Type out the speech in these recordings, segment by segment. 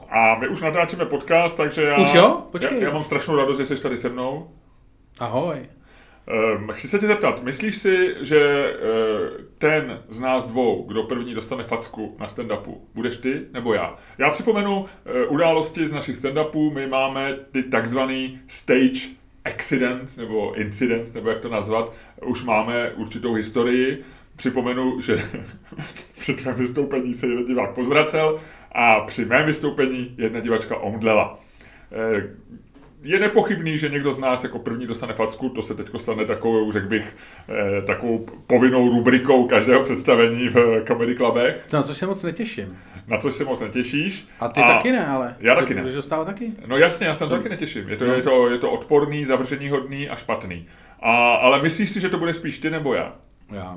A my už natáčíme podcast, takže Už jo? Počkej. Já mám strašnou radost, že jsi tady se mnou. Ahoj. Chci se tě zeptat, myslíš si, že ten z nás dvou, kdo první dostane facku na stand-upu, budeš ty nebo já? Já připomenu události z našich stand-upů, my máme ty takzvaný stage accidents, nebo incidents, nebo jak to nazvat, už máme určitou historii. Připomenu, že při tvém vystoupení se jeden divák pozvracel a při mém vystoupení jedna divačka omdlela. Je nepochybný, že někdo z nás jako první dostane facku, to se teďko stane takovou, řekl bych, takovou povinnou rubrikou každého představení v comedy clubech. Na což se moc netěším. Na což se moc netěšíš. A ty taky ne, ale. Já taky ne. Budeš dostávat taky? No jasně, já se taky netěším. Je to odporný, zavrženíhodný a špatný. Ale myslíš si, že to bude spíš ty nebo já? Já.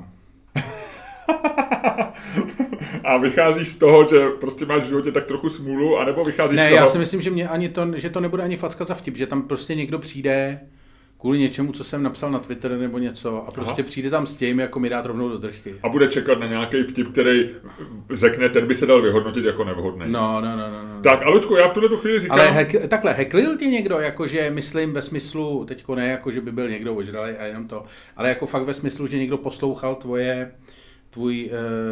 A vycházíš z toho, že prostě máš v životě tak trochu smůlu, anebo vycházíš z toho... Ne, já si myslím, že to nebude ani facka za vtip, že tam prostě někdo přijde kvůli něčemu, co jsem napsal na Twitter nebo něco a prostě přijde tam s tím, jako mi dát rovnou do držky. A bude čekat na nějaký vtip, který řekne, ten by se dal vyhodnotit jako nevhodný. No. Tak a Luďku, já v tuto chvíli říkám... Ale takhle, heklil ti někdo, jakože myslím ve smyslu, teďko ne, jako že by byl někdo ožralej a jenom to, ale jako fakt ve smyslu, že někdo poslouchal tvůj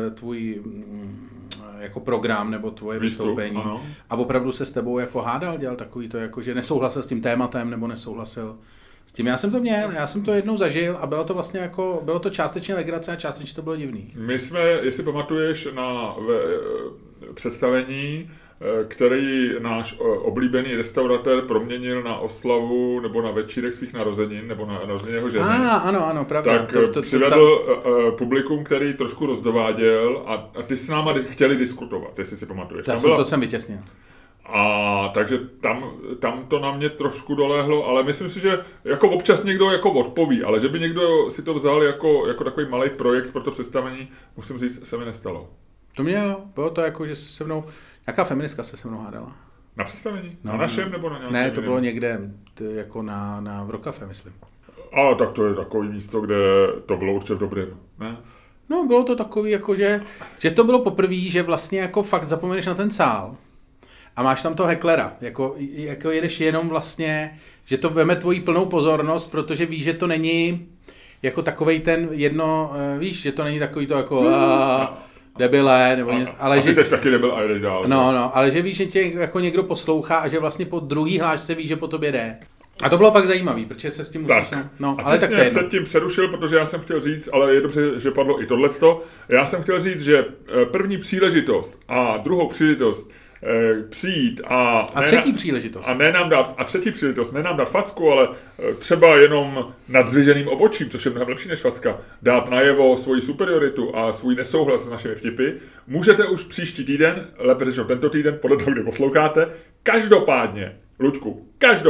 jako program nebo tvoje vystoupení a opravdu se s tebou jako hádal, dělal takový to, jako že nesouhlasil s tím tématem nebo nesouhlasil s tím. Já jsem to měl, já jsem to jednou zažil a bylo to vlastně jako, bylo to částečně legrace a částečně to bylo divný. My jsme, jestli pamatuješ, na představení, který náš oblíbený restauratér proměnil na oslavu nebo na večírek svých narozenin, nebo na narozeniny jeho ženy. Ano, pravda. Tak přivedl publikum, který trošku rozdováděl a ty s náma chtěli diskutovat, jestli si pamatuješ. To jsem vytěsnil. A takže tam to na mě trošku dolehlo, ale myslím si, že jako občas někdo jako odpoví, ale že by někdo si to vzal jako takový malý projekt pro to představení, musím říct, se mi nestalo. To mě jo, bylo to jako, že se mnou, nějaká feministka se mnou hádala. Na představení? Na našem nebo na nějakém? Ne, to bylo někde, jako v Rokafe, myslím. Ale tak to je takový místo, kde to bylo určitě v dobrém, ne? No, bylo to takový, jako že to bylo poprvé, že vlastně jako fakt zapomeneš na ten sál a máš tam toho heklera, jako jedeš jenom vlastně, že to veme tvoji plnou pozornost, protože víš, že to není jako takovej ten víš, že to není takový to jako debile, nebo něco, ale že... jsi taky debil a jdeš dál. No, ale že víš, že tě jako někdo poslouchá a že vlastně po druhý hlášce víš, že po tobě jde. A to bylo fakt zajímavý, protože se s tím musíš... Ale tak mě předtím přerušil, protože já jsem chtěl říct, ale je dobře, že padlo i tohleto, já jsem chtěl říct, že první příležitost a druhou příležitost přijít a třetí příležitost. A třetí příležitost, ne nám dát facku, ale třeba jenom nad zvěženým obočím, což je mnohem lepší než facka, dát najevo svoji superioritu a svůj nesouhlas s našimi vtipy, můžete už příští týden, lépe řečeno tento týden, podle toho, kdy posloucháte, každopádně, Luďku,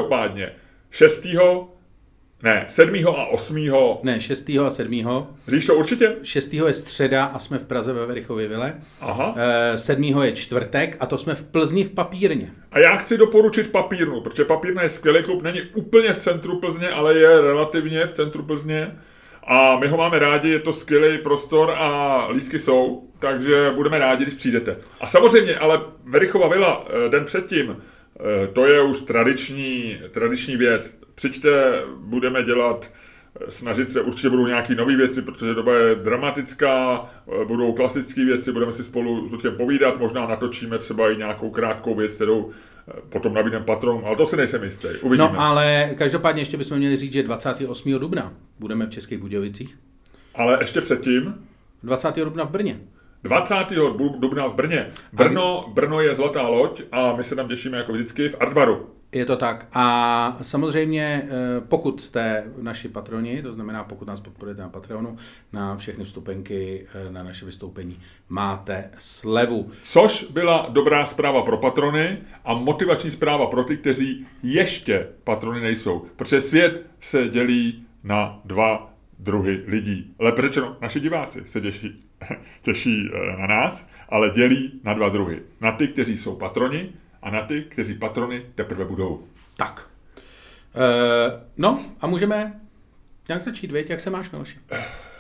7. a 8. Ne, 6. a 7. Víš to určitě? 6. je středa a jsme v Praze ve Verichově vile. Aha. 7. je čtvrtek a to jsme v Plzni v Papírně. A já chci doporučit Papírnu, protože Papírna je skvělý klub, není úplně v centru Plzně, ale je relativně v centru Plzně. A my ho máme rádi, je to skvělý prostor a lístky jsou, takže budeme rádi, když přijdete. A samozřejmě, ale Verichova vila den předtím, to je už tradiční věc. Přijďte, budeme snažit se, určitě budou nějaké nové věci, protože doba je dramatická, budou klasické věci, budeme si spolu s Luďkem povídat, možná natočíme třeba i nějakou krátkou věc, kterou potom nabídneme patronům, ale to si nejsem jistý. Uvidíme. No ale každopádně ještě bychom měli říct, že 28. dubna budeme v Českých Budějovicích. Ale ještě předtím? 20. dubna v Brně. 20. dubna v Brně. Brno je zlatá loď a my se tam těšíme jako vždycky v Artbaru. Je to tak. A samozřejmě, pokud jste naši patroni, to znamená, pokud nás podporujete na Patreonu, na všechny vstupenky na naše vystoupení, máte slevu. Což byla dobrá zpráva pro patrony a motivační zpráva pro ty, kteří ještě patrony nejsou. Protože svět se dělí na dva druhy lidí. Lépe řečeno, naši diváci se těší na nás, ale dělí na dva druhy. Na ty, kteří jsou patroni, a na ty, kteří patrony teprve budou. Tak. No a můžeme nějak začít, věď, jak se máš, Miloši?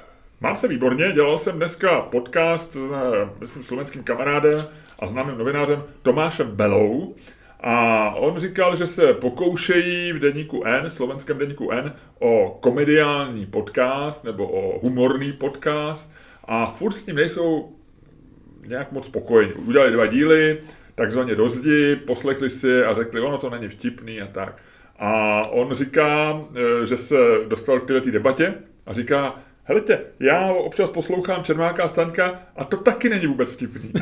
Mám se výborně, dělal jsem dneska podcast s myslím, slovenským kamarádem a známým novinářem Tomášem Belou a on říkal, že se pokoušejí v deníku N, slovenském deníku N, o komediální podcast nebo o humorný podcast a furt s ním nejsou nějak moc spokojení. Udělali 2 díly, takzvaně do zdi, poslechli si a řekli, ono to není vtipný a tak. A on říká, že se dostal k této debatě a říká, helejte, já občas poslouchám Čermáka a Staňka a to taky není vůbec vtipný.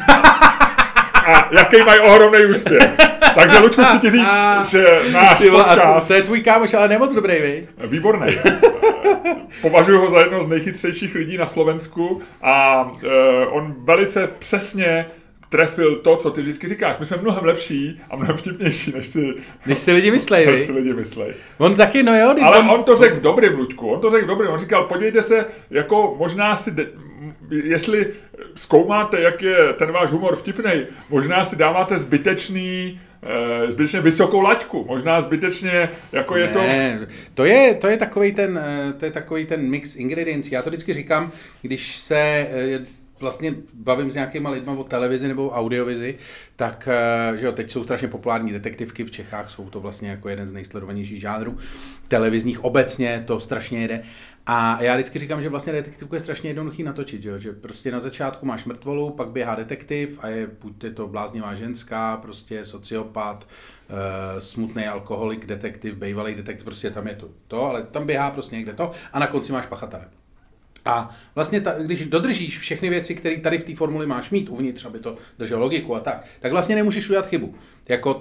A jaký mají ohromný úspěch. Takže, Luďku, chci ti říct, že náš podcast... To je tvůj kámoš, ale nemoc dobrý, viď? Výborný. Považuji ho za jednoho z nejchytřejších lidí na Slovensku a on velice přesně trefil to, co ty vždycky říkáš. My jsme mnohem lepší a mnohem vtipnější, než si lidi myslej. On taky, no jo. Ale on to řekl v dobrým, Luďku. On říkal, podívejte se, jako možná si, jestli zkoumáte, jak je ten váš humor vtipnej, možná si dáváte zbytečně vysokou laťku. Možná zbytečně, jako je to... To je takový ten mix ingrediencí. Já to vždycky říkám, když se... vlastně bavím s nějakýma lidma o televizi nebo audiovizi, tak, že jo, teď jsou strašně populární detektivky v Čechách, jsou to vlastně jako jeden z nejsledovanějších žánrů televizních obecně, to strašně jede. A já vždycky říkám, že vlastně detektivku je strašně jednoduchý natočit, že prostě na začátku máš mrtvolu, pak běhá detektiv a buď je to bláznivá ženská, prostě sociopat, smutný alkoholik, detektiv, bývalý detektiv, prostě tam je to, ale tam běhá prostě někde to a na konci máš pachatele. A vlastně, když dodržíš všechny věci, které tady v té formuli máš mít uvnitř, aby to drželo logiku a tak vlastně nemůžeš udělat chybu. Jako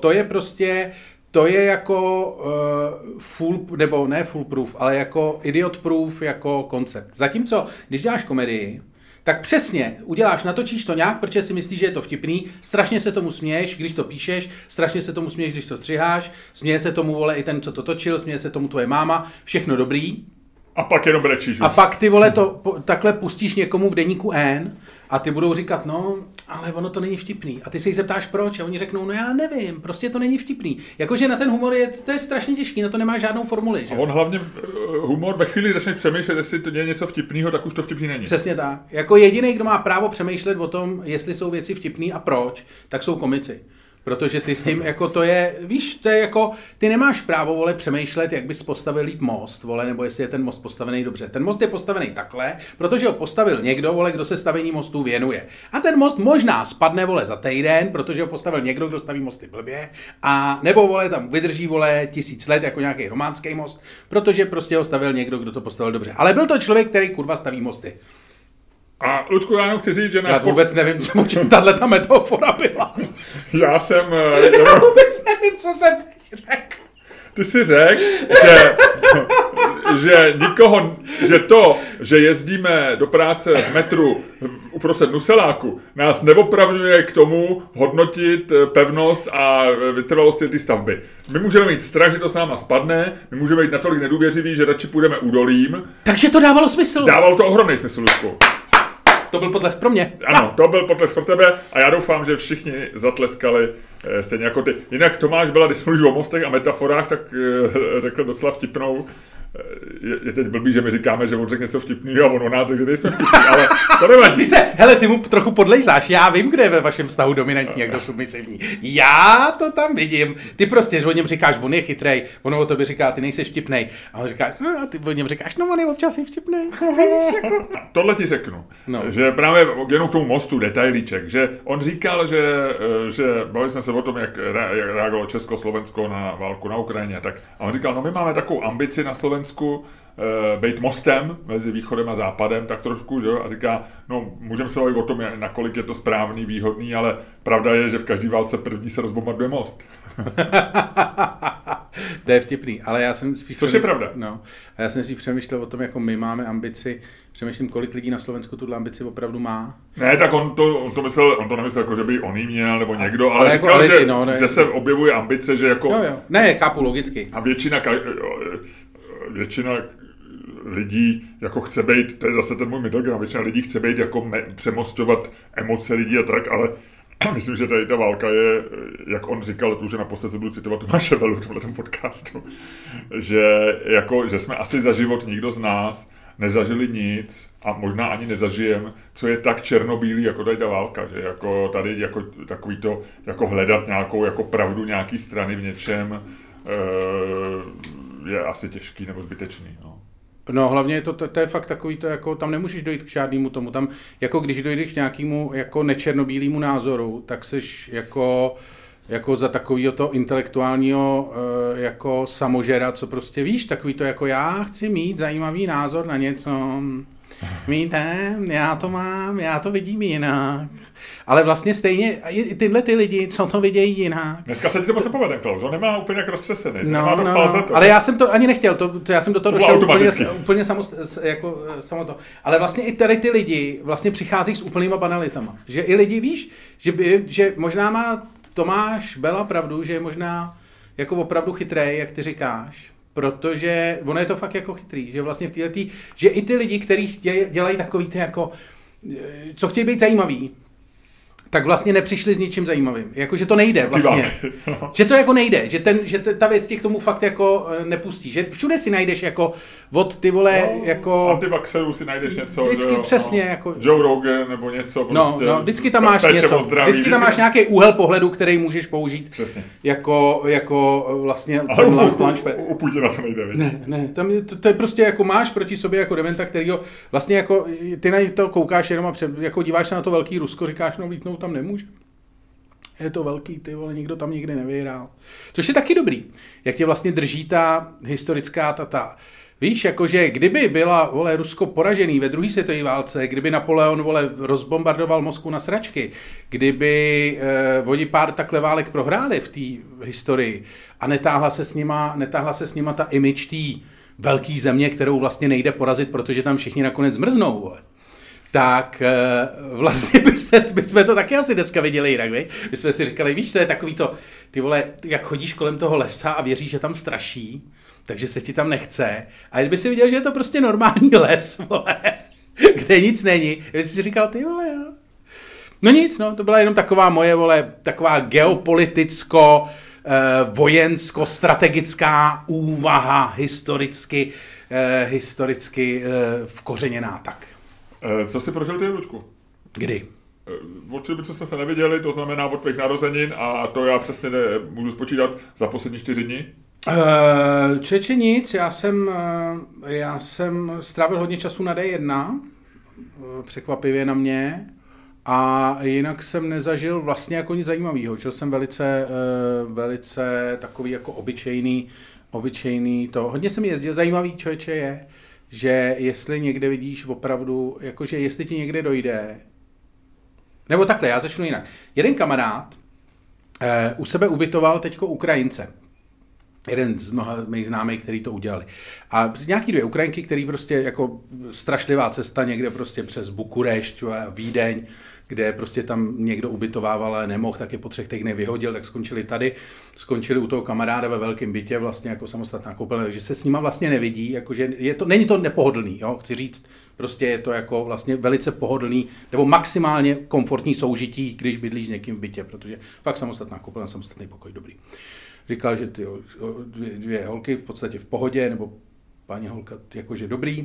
to je jako nebo ne foolproof, ale jako idiot proof jako koncept. Zatímco, když děláš komedii, tak přesně natočíš to nějak, protože si myslíš, že je to vtipný, strašně se tomu směješ, když to píšeš, strašně se tomu směješ, když to střiháš, směje se tomu, vole, i ten, co to točil, směje se tomu tvoje máma, všechno dobrý. A pak jenom brečíš. A pak ty, vole, to takhle pustíš někomu v deníku N a ty budou říkat, no, ale ono to není vtipný. A ty se jich zeptáš proč a oni řeknou, no já nevím, prostě to není vtipný. Jakože na ten humor to je strašně těžký, na to nemá žádnou formuli. Že? A on hlavně humor ve chvíli začneš přemýšlet, jestli to je něco vtipného, tak už to vtipný není. Přesně tak. Jako jediný, kdo má právo přemýšlet o tom, jestli jsou věci vtipný a proč, tak jsou komici. Protože ty s tím, jako to je, víš, to je jako, ty nemáš právo, vole, přemýšlet, jak bys postavil líp most, vole, nebo jestli je ten most postavený dobře. Ten most je postavený takhle, protože ho postavil někdo, vole, kdo se stavění mostů věnuje. A ten most možná spadne, vole, za týden, protože ho postavil někdo, kdo staví mosty blbě, a nebo, vole, tam vydrží, vole, 1000 let, jako nějaký románský most, protože prostě ho stavil někdo, kdo to postavil dobře. Ale byl to člověk, který kurva staví mosty. A Ludku, já jenom chci říct, že... Já vůbec nevím, co tato metafora byla. Já vůbec nevím, co jsem teď řekl. Ty jsi řekl, že jezdíme do práce v metru uprostřed Nuseláku, nás neopravňuje k tomu hodnotit pevnost a vytrvalost té stavby. My můžeme mít strach, že to s náma spadne, my můžeme být natolik nedůvěřiví, že radši půjdeme údolím. Takže to dávalo smysl. Dávalo to ohromný smysl, Ludku. To byl potlesk pro mě. Ano, to byl potlesk pro tebe a já doufám, že všichni zatleskali stejně jako ty. Jinak Tomáš byla, když mluvíš o mostech a metaforách, tak řekl docela vtipnou. Je teď blbý, že my říkáme, že on řekne něco vtipného a on o nás řekl, že nejsme vtipný, ale to nevadí. Ty mu trochu podlejzáš, já vím, kde je ve vašem vztahu dominantní a kdo submisivní. Já to tam vidím. Ty prostě o něm říkáš, on je chytrej, ono o tobě říká, ty nejsi vtipnej. A on říká, no, a ty o něm říkáš, no on je občas i vtipnej. Tohle ti řeknu, že právě jenom k tomu mostu detailíček, že on říkal, že bavili jsme se o tom, jak reagovalo Československo na válku na Ukrajině, tak a on říkal, no my máme takovou ambici na Slovensku, být mostem mezi východem a západem, tak trošku, že jo, a říká, no můžeme se bavit o tom, nakolik je to správný, výhodný, ale pravda je, že v každé válce první se rozbombarduje most. To je vtipný, ale já jsem spíš... Což je pravda. No, a já jsem si přemýšlel o tom, jako my máme ambici, přemýšlím, kolik lidí na Slovensku tuhle ambici opravdu má. Ne, tak on to nemyslel, jako, že by on jí měl, nebo někdo, ale jako říkal, elity, že se objevuje ambice, že jako... Jo. Ne, chápu, logicky. A většina lidí jako chce být, to je zase ten můj middle ground, většina lidí chce být jako přemostovat emoce lidí a tak, ale myslím, že tady ta válka je, jak on říkal, to už je naposled se budu citovat Tomáše Belu v tomhletom podcastu, že jsme asi za život nikdo z nás nezažili nic a možná ani nezažijem, co je tak černobílý, jako tady ta válka, že jako tady jako takový to, jako hledat nějakou jako pravdu nějaký strany v něčem je asi těžký nebo zbytečný. No hlavně to je fakt takový to, jako tam nemůžeš dojít k žádnému tomu, tam jako když dojdeš k nějakému jako nečernobílému názoru, tak seš jako za takovýho to intelektuálního jako samožera, co prostě víš, takový to jako já chci mít zajímavý názor na něco, víte, já to vidím jinak. Ale vlastně stejně tyhle ty lidi, co to vidějí jinak. Dneska se ti to prostě povede, Klaus, on nemá úplně jak roztřesený. No, ale já jsem to ani nechtěl, já jsem do toho došel úplně samo. Ale vlastně i tady ty lidi vlastně přichází s úplnýma banalitama. Že i lidi, víš, že možná má Tomáš Bela pravdu, že je možná jako opravdu chytrej, jak ty říkáš, protože ono je to fakt jako chytrý, že vlastně v této, že i ty lidi, kteří dělají takový ty jako, co chtějí být zajímavý, tak vlastně nepřišli s ničím zajímavým. Jakože to nejde vlastně. Že to jako nejde, že ta věc tě k tomu fakt jako nepustí. Že všude si najdeš jako od ty vole jako... Antivaxerů si najdeš něco. Vždycky přesně jako... Joe Rogan nebo něco prostě. No, vždycky tam máš něco. Vždycky tam máš nějaký úhel pohledu, který můžeš použít. Přesně. Jako vlastně... Ale u Putina to nejde, víš? Ne, tam to je prostě jako máš proti sobě jako dementa, kterýho vlastně jako ty na to koukáš jenom a jako díváš se na to velký Rusko, říkáš, no vlítnout tam nemůže. Je to velký, ty vole, nikdo tam nikdy nevyhrál. Což je taky dobrý, jak tě vlastně drží ta historická tata. Víš, jakože kdyby byla, vole, Rusko poražený ve druhé světové válce, kdyby Napoleon, vole, rozbombardoval Moskvu na sračky, kdyby oni pár takhle válek prohráli v té historii a netáhla se s nima ta image té velké země, kterou vlastně nejde porazit, protože tam všichni nakonec zmrznou, vole. Tak vlastně bychom to taky asi dneska viděli jinak, víš? My jsme si říkali, víš, to je takový to, ty vole, jak chodíš kolem toho lesa a věříš, že tam straší, takže se ti tam nechce. A kdyby si viděl, že je to prostě normální les, vole, kde nic není, kdyby si říkal, ty vole, jo. No nic, no, to byla jenom taková moje, vole, taková geopoliticko, vojensko-strategická úvaha historicky vkořeněná, tak. Co jsi prožil ty, Luďku? Kdy? Od čili co jsme se neviděli, to znamená od tvých narozenin a to já přesně můžu spočítat za poslední 4 dny. Čeče nic, já jsem strávil hodně času na D1, překvapivě na mě, a jinak jsem nezažil vlastně jako nic zajímavého. Čil jsem velice takový jako obyčejný to. Hodně jsem jezdil, zajímavý člověče je, že jestli někde vidíš opravdu, jakože jestli ti někde dojde, nebo takhle, já začnu jinak. Jeden kamarád u sebe ubytoval teďko Ukrajince. Jeden z mnoha mých známých, který to udělali. A nějaký 2 Ukrajinky, který prostě jako strašlivá cesta někde prostě přes Bukurešť a Vídeň, kde prostě tam někdo ubytovával, ale nemohl, tak je po 3 týdnech vyhodil, tak skončili tady, skončili u toho kamaráda ve velkém bytě vlastně jako samostatná koupelna, takže se s nima vlastně nevidí, jakože není to nepohodlný, jo, chci říct, prostě je to jako vlastně velice pohodlný, nebo maximálně komfortní soužití, když bydlíš s někým v bytě, protože fakt samostatná koupelna, samostatný pokoj, dobrý. Říkal, že ty 2 holky v podstatě v pohodě, nebo paní holka jakože dobrý,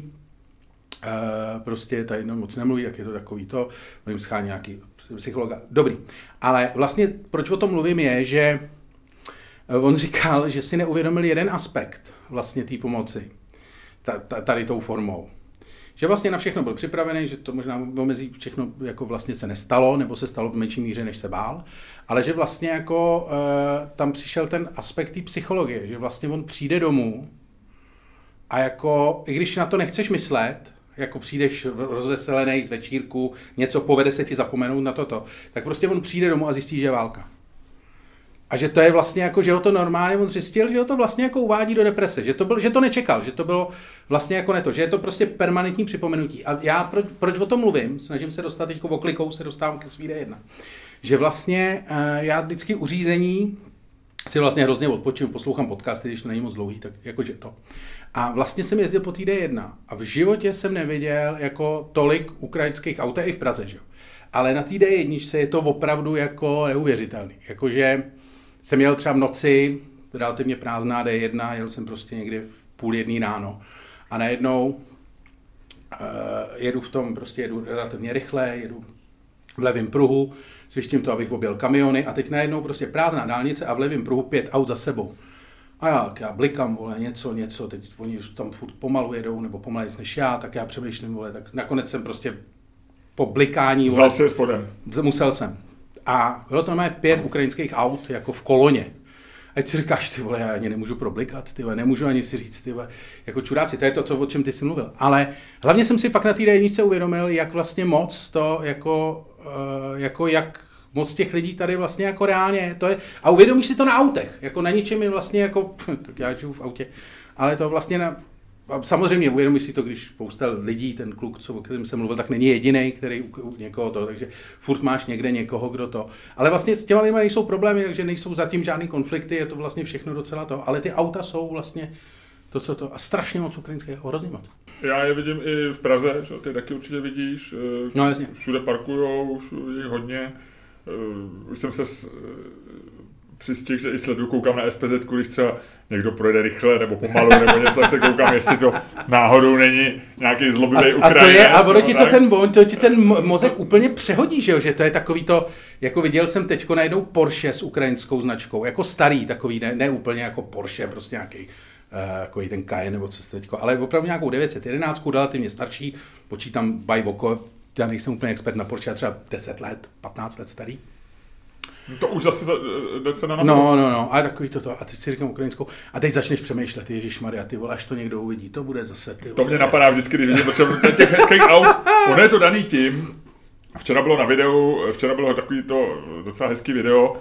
prostě tady moc nemluví, jak je to takový to, jim schání nějaký psychologa, dobrý. Ale vlastně proč o tom mluvím je, že on říkal, že si neuvědomil jeden aspekt vlastně té pomoci, tady tou formou. Že vlastně na všechno byl připravený, že to možná omezí všechno jako vlastně se nestalo, nebo se stalo v menší míře, než se bál, ale že vlastně jako tam přišel ten aspekt té psychologie, že vlastně on přijde domů a jako, i když na to nechceš myslet, jako přijdeš rozveselený z večírku, něco povede se ti zapomenout na toto, tak prostě on přijde domů a zjistí, že je válka. A že to je vlastně jako, že ho to normálně, on zjistil, že ho to vlastně jako uvádí do deprese, že to nečekal, že to bylo vlastně jako že je to prostě permanentní připomenutí. A já proč o tom mluvím, snažím se dostat teďko oklikou, se dostávám ke svý D1. Že vlastně já vždycky u řízení si vlastně hrozně odpočinu, poslouchám podcasty, když to není moc dlouhý, tak jakože to. A vlastně jsem jezdil po té D1 a v životě jsem neviděl jako tolik ukrajinských aut, i v Praze, že jo. Ale na té D1 je to opravdu jako neuvěřitelný. Jakože jsem jel třeba v noci, relativně prázdná D1, jel jsem prostě někdy v 12:30 ráno a najednou jedu v tom, prostě jedu relativně rychle, jedu v levém pruhu, svištím to, abych objel kamiony a teď najednou prostě prázdná dálnice a v levém pruhu 5 aut za sebou. A já blikám, vole, něco, teď oni tam furt pomalu jedou, nebo pomalejc než já, tak já přemýšlím, vole, tak nakonec jsem prostě po blikání, vole, vzal si spodem. Musel jsem. A bylo to 5 ukrajinských aut, jako v koloně. Ať si říkáš, ty vole, já ani nemůžu problikat, ty vole, nemůžu ani si říct, ty vole, jako čuráci, to je to, o čem ty jsi mluvil. Ale hlavně jsem si fakt na té D1 uvědomil, jak vlastně moc to, jak moc těch lidí tady vlastně jako reálně, to je, a uvědomíš si to na autech, jako na ničem je vlastně jako, tak já žiju v autě, ale to vlastně samozřejmě uvědomíš si to, když spousta lidí, ten kluk, o kterém jsem mluvil, tak není jedinej, který u někoho to, takže furt máš někde někoho, kdo to. Ale vlastně s těma lidmi nejsou problémy, takže nejsou zatím žádný konflikty, je to vlastně všechno docela to, ale ty auta jsou vlastně to, co to, a strašně moc ukrajinského, hrozně moc. Já je vidím i v Praze, že ty taky určitě vidíš, no, jasně. Všude parkujou, už je hodně, už jsem se přistihl, že i sleduju, koukám na SPZ, když třeba někdo projede rychle nebo pomalu, nebo něco, tak se koukám, jestli to náhodou není nějaký zlobivý Ukrajinec. A to ti ten mozek úplně přehodí, že to je takový to, jako viděl jsem teďko najednou Porsche s ukrajinskou značkou, jako starý takový, ne úplně jako Porsche, prostě nějaký jako ten Cayenne nebo co jste teďko, ale opravdu nějakou 911, relativně starší, počítám by oko, já nejsem úplně expert na Porsche, třeba 10 let, 15 let starý. To už zase se na No, a takový toto. A teď si říkám ukrajinskou. A teď začneš přemýšlet, ježišmarja, ty vole, až to někdo uvidí, to bude zase ty vole. To mě napadá vždycky, když vidím, protože těch hezkých aut, ono je to daný tím, včera bylo takový to docela hezký video,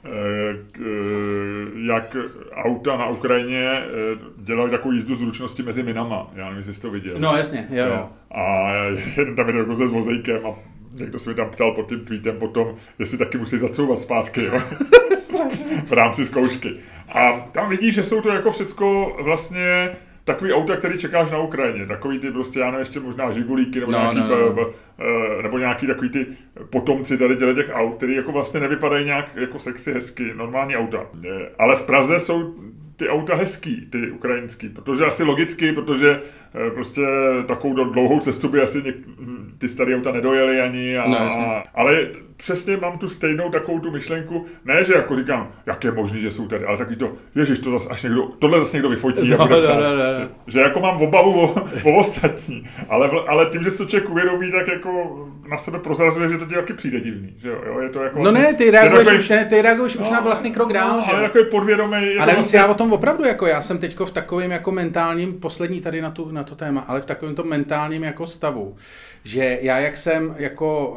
jak auta na Ukrajině dělají takovou jízdu zručnosti mezi minama. Já nevím, jestli jsi to viděl. No jasně, jo. A jeden tam jde dokonce s vozejkem a někdo se mi tam ptal pod tím tweetem potom, jestli taky musí zacouvat zpátky, jo? V rámci zkoušky. A tam vidíš, že jsou to jako všecko vlastně takový auta, který čekáš na Ukrajině. Takový ty prostě, já nevím, ještě možná žigulíky, nebo nebo nějaký takový ty potomci tady těch aut, který jako vlastně nevypadají nějak jako sexy, hezky, normální auta. Ale v Praze jsou ty auta hezký, ty ukrajinský, protože asi logicky, protože prostě takovou dlouhou cestu by asi ty staré auta nedojeli ani, ale přesně mám tu stejnou takovou tu myšlenku, ne, že jako říkám, jak je možný, že jsou tady, ale taky to, ježiš, tohle zase někdo vyfotí a bude psát, že jako mám obavu o ostatní, ale tím, že se to člověk uvědomí, tak jako na sebe prozrazuje, že to ti taky přijde divný, že jo, je to jako... No ne, ty reaguješ už na vlastní krok dál, že? Ale takový podvědomý... A navíc já o tom opravdu, jako já jsem teďko v takovém jako mentálním, poslední tady na to téma, ale v takovém tom mentálním jako stavu, že já jak jsem jako...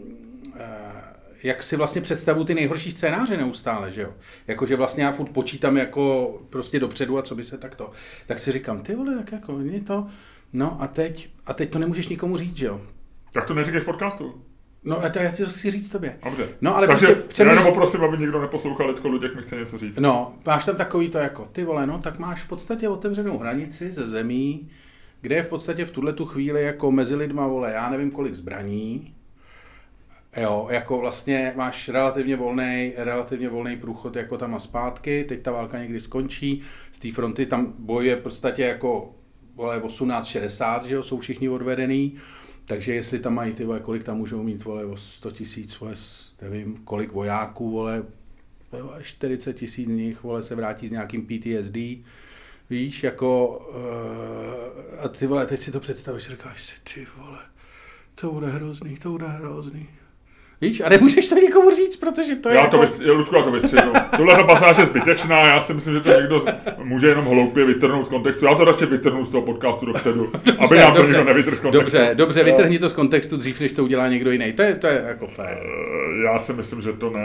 jak si vlastně představuju ty nejhorší scénáře neustále, že jo? Jakože vlastně já furt počítám jako prostě dopředu a co by se takto. Tak si říkám, ty vole, tak jako je to... No a teď to nemůžeš nikomu říct, že jo? Tak to neříkej v podcastu. No a to já chci říct tobě. Dobře. No, ale takže prostě já jenom poprosím, aby někdo neposlouchal, teďko Luděk mi chce něco říct. No, máš tam takový to jako, ty vole, no, tak máš v podstatě otevřenou hranici ze zemí, kde je v podstatě v tuhletu chvíli jako mezi lidma, vole, já nevím kolik zbraní. Jo, jako vlastně máš relativně volný průchod jako tam a zpátky, teď ta válka někdy skončí, z té fronty tam bojuje v podstatě jako, vole, 1860, že jo, jsou všichni odvedený. Takže jestli tam mají, ty vole, kolik tam můžou mít, vole, o 100 000, vole, nevím, kolik vojáků, vole, 40 000 z nich, vole, se vrátí s nějakým PTSD, víš, jako, a ty vole, teď si to představíš, říkáš si, ty vole, to bude hrozný. Víš, a nemůžeš to nikomu říct, protože to je Ludku, já to vystřihnu. Tuhle pasáž je zbytečná, já si myslím, že to někdo může jenom hloupě vytrhnout z kontextu. Já to radši vytrhnu z toho podcastu dopředu, aby nám to někdo nevytrhl z kontextu. Dobře, vytrhni to z kontextu dřív, než to udělá někdo jiný. To je jako fér. Já si myslím, že to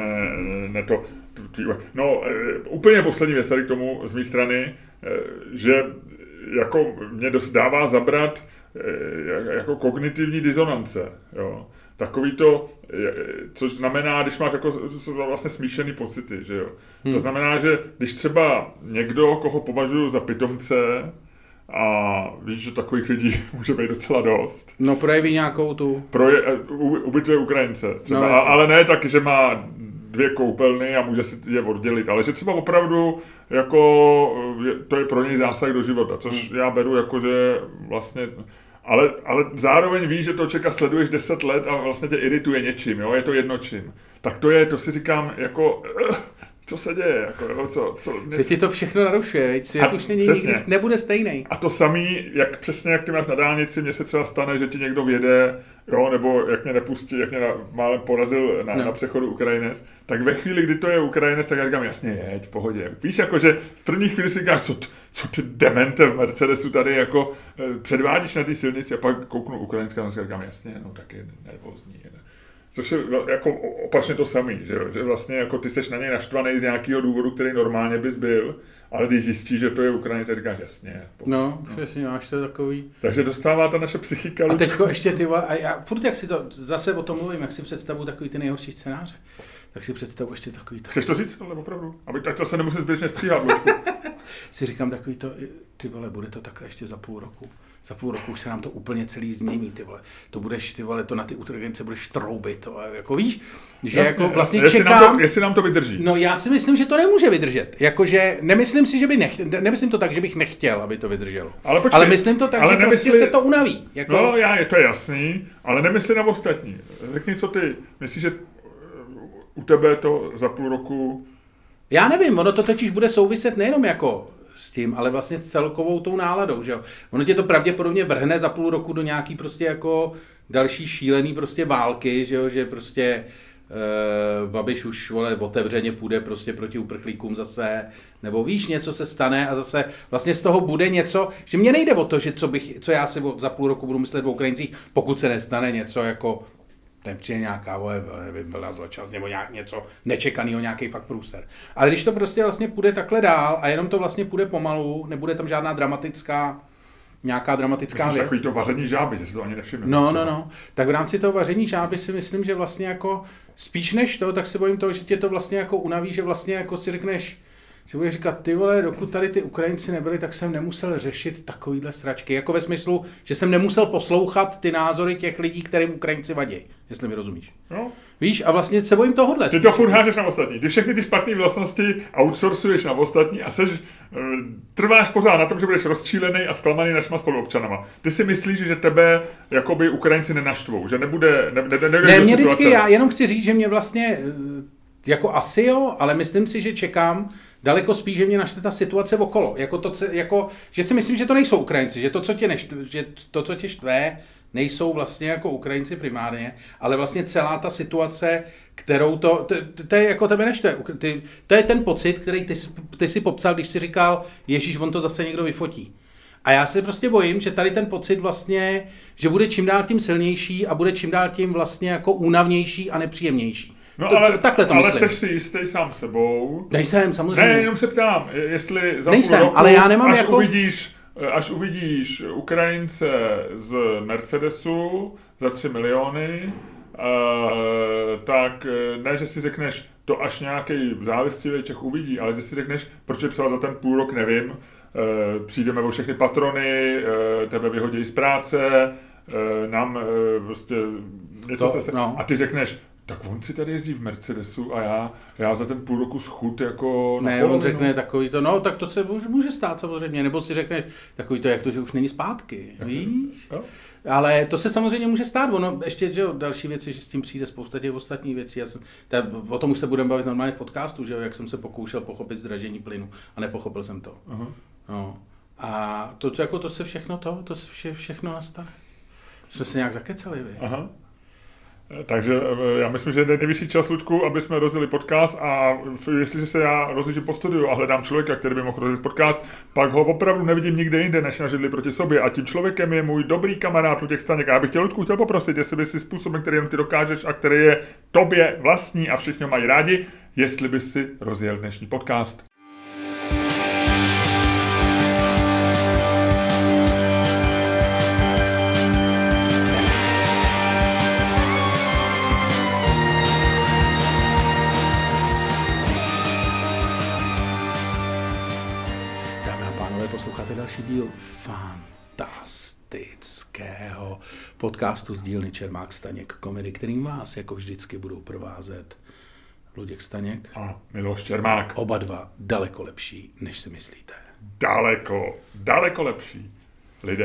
No, úplně poslední věc tady k tomu z mé strany, že jako mě dává zabrat jako kognitivní disonance, jo. Takový to, což znamená, když máš jako vlastně smíšený pocity, že jo. To znamená, že když třeba někdo, koho považuji za pitomce, a víš, že takových lidí může být docela dost. No projeví nějakou tu... Ubytuje Ukrajince třeba, no, ale ne tak, že má 2 koupelny a může si je oddělit, ale že třeba opravdu jako to je pro něj zásah do života, což já beru jako, že vlastně... ale zároveň víš, že toho člověka sleduješ 10 let a vlastně tě irituje něčím, jo, je to jedno čím. Tak to si říkám, jako, co se děje, jako, jo, Že ti to všechno narušuje, svět už nebude stejný. A to samý, přesně jak ty máš na dálnici, mně se třeba stane, že ti někdo vjede, jo, nebo jak mě nepustí, jak mě málem porazil na přechodu Ukrajinec, tak ve chvíli, kdy to je Ukrajinec, tak já říkám, jasně, jeď, v pohodě. Víš, jakože v první chvíli si říkáš, co ty demente v Mercedesu tady jako předvádíš na té silnici a pak kouknu ukrajinská a říkám, jasně, no tak je nervózní. Což je jako opačně to samý, že vlastně jako ty seš na něj naštvaný z nějakého důvodu, který normálně bys byl, ale když zjistíš, že to je Ukrajinec, tak říkáš jasně. Přesně, máš to takový. Takže dostává ta naše psychika. A teďko ještě ty vole, a já furt jak si to, zase o tom mluvím, jak si představu takový ty nejhorší scénáře, tak si představu ještě takový to. Chceš to říct, ale opravdu? Aby tak to se nemusím zbytečně stříhat. Si říkám takový to, ty vole, bude to takhle ještě za půl roku. Za půl roku už se nám to úplně celý změní, ty vole. To budeš, ty vole, to na ty utrgence budeš troubit, to, jako víš, že jasně, jako vlastně čekám. Jestli nám to vydrží. No já si myslím, že to nemůže vydržet. Jakože nemyslím si, že by nemyslím to tak, že bych nechtěl, aby to vydrželo. Ale myslím to tak, že prostě se to unaví. Jako. No, to je jasný, ale nemyslí na ostatní. Řekni, co ty myslíš, že u tebe to za půl roku. Já nevím, ono to totiž bude souviset nejenom jako s tím, ale vlastně s celkovou tou náladou, že jo. Ono tě to pravděpodobně vrhne za půl roku do nějaký prostě jako další šílený prostě války, že jo, že prostě Babiš už, vole, otevřeně půjde prostě proti uprchlíkům zase, nebo víš, něco se stane a zase vlastně z toho bude něco, že mně nejde o to, že co já si za půl roku budu myslet o Ukrajincích, pokud se nestane něco jako nepřijde nějaká vlna zločinů, nebo něco nečekaného, nějaký fakt průser. Ale když to prostě vlastně půjde takhle dál a jenom to vlastně půjde pomalu, nebude tam žádná dramatická věc. Takový to vaření žáby, že se to ani nevšimne. No. Tak v rámci toho vaření žáby si myslím, že vlastně jako spíš než to, tak se bojím toho, že tě to vlastně jako unaví, že vlastně jako si řekneš, si budeš říkat, ty vole, dokud tady ty Ukrajinci nebyli, tak jsem nemusel řešit takovýhle sračky. Jako ve smyslu, že jsem nemusel poslouchat ty názory těch lidí, kterým Ukrajinci vadí, jestli mi rozumíš. No. Víš, a vlastně se bojím tohohle. Ty to furt hážeš na ostatní. Ty všechny ty špatné vlastnosti outsourcuješ na ostatní a trváš pořád na tom, že budeš rozčílený a zklamaný našima spoluobčanama. Ty si myslíš, že tebe jakoby Ukrajinci nenaštvou, že nebude ne, mě vždycky, já jenom chci říct, že mě vlastně jako asi jo, ale myslím si, že čekám daleko spíš, že mě naštve ta situace okolo. Že si myslím, že to nejsou Ukrajinci, že to, co tě štve, nejsou vlastně jako Ukrajinci primárně, ale vlastně celá ta situace, kterou to je jako tebe neštve. To je ten pocit, který ty si popsal, když si říkal, ježíš, on to zase někdo vyfotí. A já se prostě bojím, že tady ten pocit vlastně, že bude čím dál tím silnější a bude čím dál tím vlastně jako únavnější a nepříjemnější. No takhle to myslím. Ale jsi si jistý sám sebou. Nejsem, samozřejmě. Ne, jenom se ptám, jestli za nejsem, půl roku, ale já nemám až uvidíš Ukrajince z Mercedesu za 3 miliony, tak ne, že si řekneš, to až nějaký závistivý Čech uvidí, ale že si řekneš, proč třeba za ten půl rok nevím, přijdeme o všechny patrony, tebe vyhodí z práce, nám prostě něco a ty řekneš, tak on si tady jezdí v Mercedesu a já za ten půl roku schud jako na polovinu. On řekne takový to, no tak to se může stát samozřejmě, nebo si řekneš takový to, jak to, že už není zpátky, víš? Ale to se samozřejmě může stát, ono ještě, že další věci, že s tím přijde spousta těch ostatních věcí, o tom už se budeme bavit normálně v podcastu, že jak jsem se pokoušel pochopit zdražení plynu a nepochopil jsem to. Uh-huh. No. A to se všechno nastane. Jsme se nějak zakecali, vy. Aha. Takže já myslím, že je nejvyšší čas, Luďku, aby jsme rozjeli podcast a jestliže se já rozjíždím po studiu a hledám člověka, který by mohl rozjet podcast, pak ho opravdu nevidím nikde jinde, než na židli proti sobě a tím člověkem je můj dobrý kamarád Luděk Staněk. A já bych tě, Luďku, chtěl poprosit, jestli by si způsobem, který jen ty dokážeš a který je tobě vlastní a všichni ho mají rádi, jestli by si rozjel dnešní podcast. Posloucháte další díl fantastického podcastu z dílny Čermák Staněk Komedy, kterým vás jako vždycky budou provázet Luděk Staněk a Miloš Čermák. Oba dva daleko lepší, než si myslíte. Daleko lepší lidé.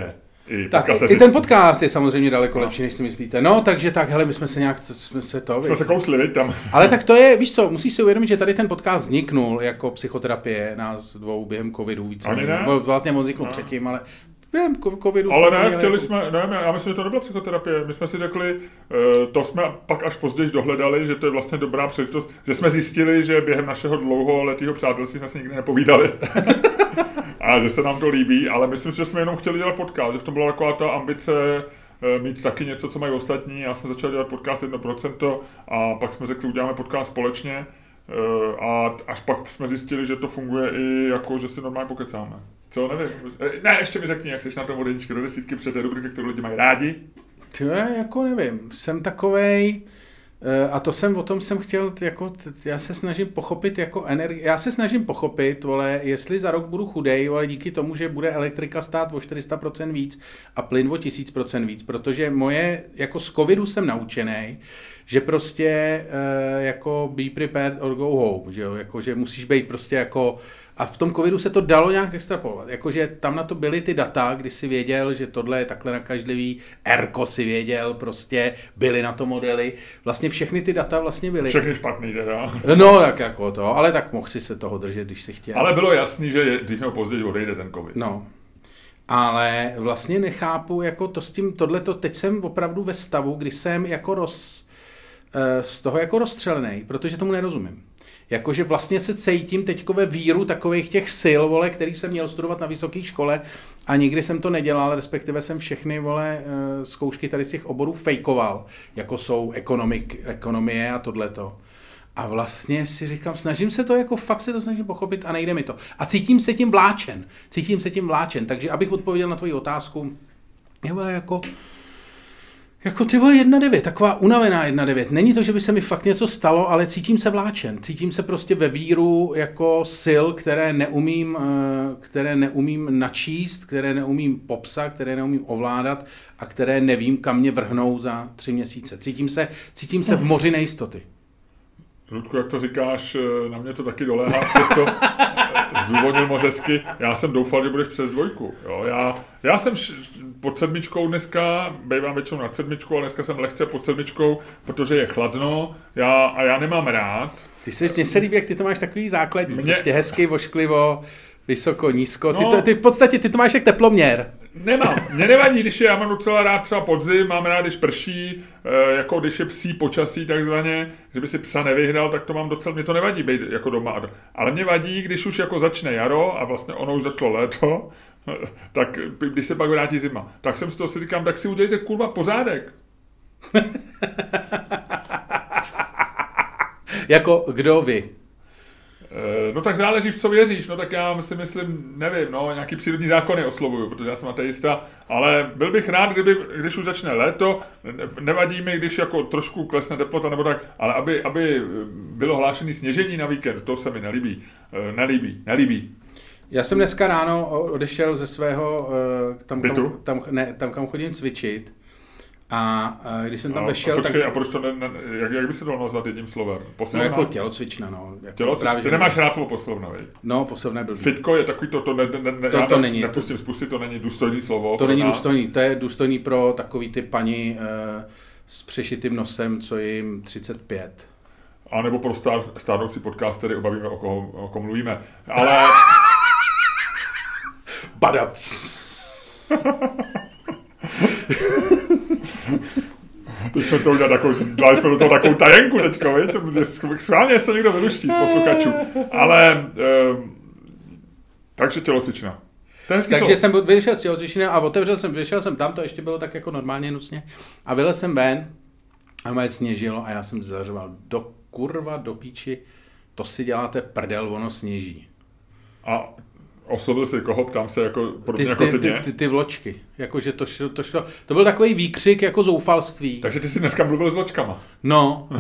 I ten podcast je samozřejmě daleko lepší, než si myslíte. No, takže tak, hele, my jsme se kousli, tam. Ale tak to je, víš co, musíš si uvědomit, že tady ten podcast vzniknul jako psychoterapie nás dvou během covidu více. Vlastně on vzniknul předtím, ale během covidu. Ale ne, chtěli jsme, já myslím, že to nebyla psychoterapie. My jsme si řekli, to jsme pak až později dohledali, že to je vlastně dobrá příležitost, že jsme zjistili, že během našeho dlouholetého přátelství jsme se nikdy nepovídali. A že se nám to líbí, ale myslím, že jsme jenom chtěli dělat podcast, že v tom byla taková ta ambice mít taky něco, co mají ostatní. Já jsem začal dělat podcast 1% a pak jsme řekli, uděláme podcast společně a až pak jsme zjistili, že to funguje i jako, že si normálně pokecáme. Co, nevím. Ne, ještě mi řekni, jak jsi na tom od 1 do 10, protože to je rubrika, kterou lidi mají rádi. To je jako nevím, jsem takovej... A o tom jsem chtěl, jako, já se snažím pochopit jako energii, já se snažím pochopit, vole, jestli za rok budu chudej, ale díky tomu, že bude elektrika stát o 400% víc a plyn o 1000% víc, protože moje, jako z covidu jsem naučený, že prostě jako be prepared or go home, že jo, jako, že musíš být prostě jako, a v tom covidu se to dalo nějak extrapolovat, jakože tam na to byly ty data, kdy si věděl, že tohle je takhle nakažlivý, Erko si věděl, prostě byly na to modely, vlastně všechny ty data vlastně byly. Všechny špatný teda. No tak jako to, ale tak mohl si se toho držet, když si chtěl. Ale bylo jasný, že dřív nebo později odejde ten covid. No. Ale vlastně nechápu, jako to s tím, tohleto, teď jsem opravdu ve stavu, kdy jsem jako z toho jako rozstřelený, protože tomu nerozumím. Jakože vlastně se cítím teďko ve víru takových těch sil, vole, který jsem měl studovat na vysoké škole a nikdy jsem to nedělal, respektive jsem všechny, vole, zkoušky tady z těch oborů fejkoval, jako jsou ekonomie a tohleto. A vlastně si říkám, snažím se to jako fakt se to snažím pochopit a nejde mi to. A cítím se tím vláčen. Takže abych odpověděl na tvoji otázku, jako ty vole 1.9, taková unavená 1.9. Není to, že by se mi fakt něco stalo, ale cítím se vláčen. Cítím se prostě ve víru jako sil, které neumím načíst, které neumím popsat, které neumím ovládat a které nevím, kam mě vrhnou za 3 měsíce. Cítím se v moři nejistoty. Ludku, jak to říkáš, na mě to taky doléhá, přesto zdůvodnil mořesky. Já jsem doufal, že budeš přes 2. Jo, já jsem pod 7 dneska, bývám většinou nad 7, ale dneska jsem lehce pod 7, protože je chladno a já nemám rád. Mně se líbí, jak ty to máš takový základní, prostě hezky, vošklivo, vysoko, nízko. No, ty v podstatě ty to máš jak teploměr. Nemám. Mě nevadí, když já mám docela rád třeba podzim, mám rád, když prší, jako když je psí počasí takzvaně, že by si psa nevyhnal, tak to mám docela, mě to nevadí být jako doma. Ale mě vadí, když už jako začne jaro a vlastně ono už začalo léto, tak když se pak vrátí zima. Tak jsem z toho si říkám, tak si udělejte kurva pořádek. Jako kdo vy? No tak záleží, v co věříš, no tak já si myslím, nevím, no nějaký přírodní zákony oslovuju, protože já jsem ateista, ale byl bych rád, když už začne léto, nevadí mi, když jako trošku klesne teplota nebo tak, ale aby bylo hlášené sněžení na víkend, to se mi nelíbí. Já jsem dneska ráno odešel ze svého, tam kam chodím cvičit. A když jsem tam vešel... Počkej, a proč to jak by se dalo nazvat jedním slovem? Poslovna? No jako tělocvična, no. Jako tělocvična, ty nemáš rád slovo poslovna, veď? No, poslovna je blbý. Fitko je takový to není. Nepustím spustit, to není důstojný slovo. To není důstojný, to je důstojný pro takový ty paní s přešitým nosem, co je jim 35. A nebo pro stárnoucí podcastery, obavíme, o kom mluvíme. Ale... Badac. Teď jsme to udělali dali jsme do toho takovou tajenku teďko, schválně se to někdo vyluští z posluchačů. Ale, takže tělocvična. Takže jsem vyšel z tělocvičny a vyšel jsem tam, to ještě bylo tak jako normálně nucně. A vylez jsem ven a mě sněžilo a já jsem zařoval do píči, to si děláte prdel, ono sněží. A oslovil jsi koho, ptám se jako podobně jako ty ty vločky, jakože to šlo, to byl takový výkřik jako zoufalství. Takže ty jsi dneska mluvil s vločkama. No.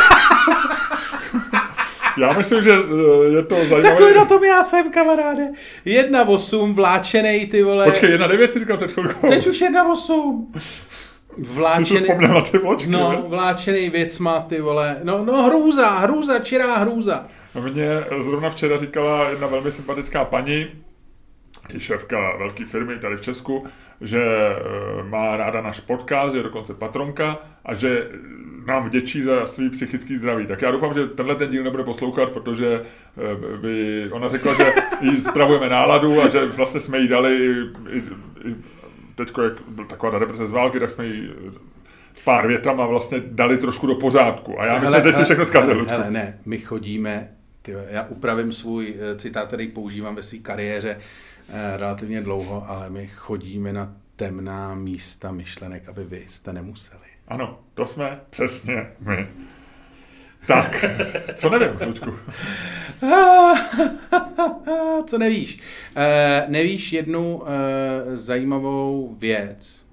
Já myslím, že je to zajímavé. Takhle na tom já jsem, kamaráde. 1.8, vláčenej, ty vole. Počkej, 1.9 si říkal před chvilkou. Teď už 1.8. Vláčený. Jsi vzpomněl na ty vločky, no, vláčenej věcma, ty vole. No hrůza, čirá hrůza. Mně zrovna včera říkala jedna velmi sympatická paní, i šéfka velké firmy tady v Česku, že má ráda náš podcast, je dokonce patronka a že nám vděčí za svý psychický zdraví. Tak já doufám, že tenhle ten díl nebude poslouchat, protože ona řekla, že jí spravujeme náladu a že vlastně jsme jí dali teďko, jak byl taková ta deprese z války, tak jsme jí pár větama vlastně dali trošku do pořádku. A já myslím, že teď si všechno zkazil. Hele, ne, my chodíme, já upravím svůj citát, který používám ve své kariéře relativně dlouho, ale my chodíme na temná místa myšlenek, aby vy jste nemuseli. Ano, to jsme přesně my. Tak, co nevím, Luďku? Co nevíš? Nevíš jednu zajímavou věc.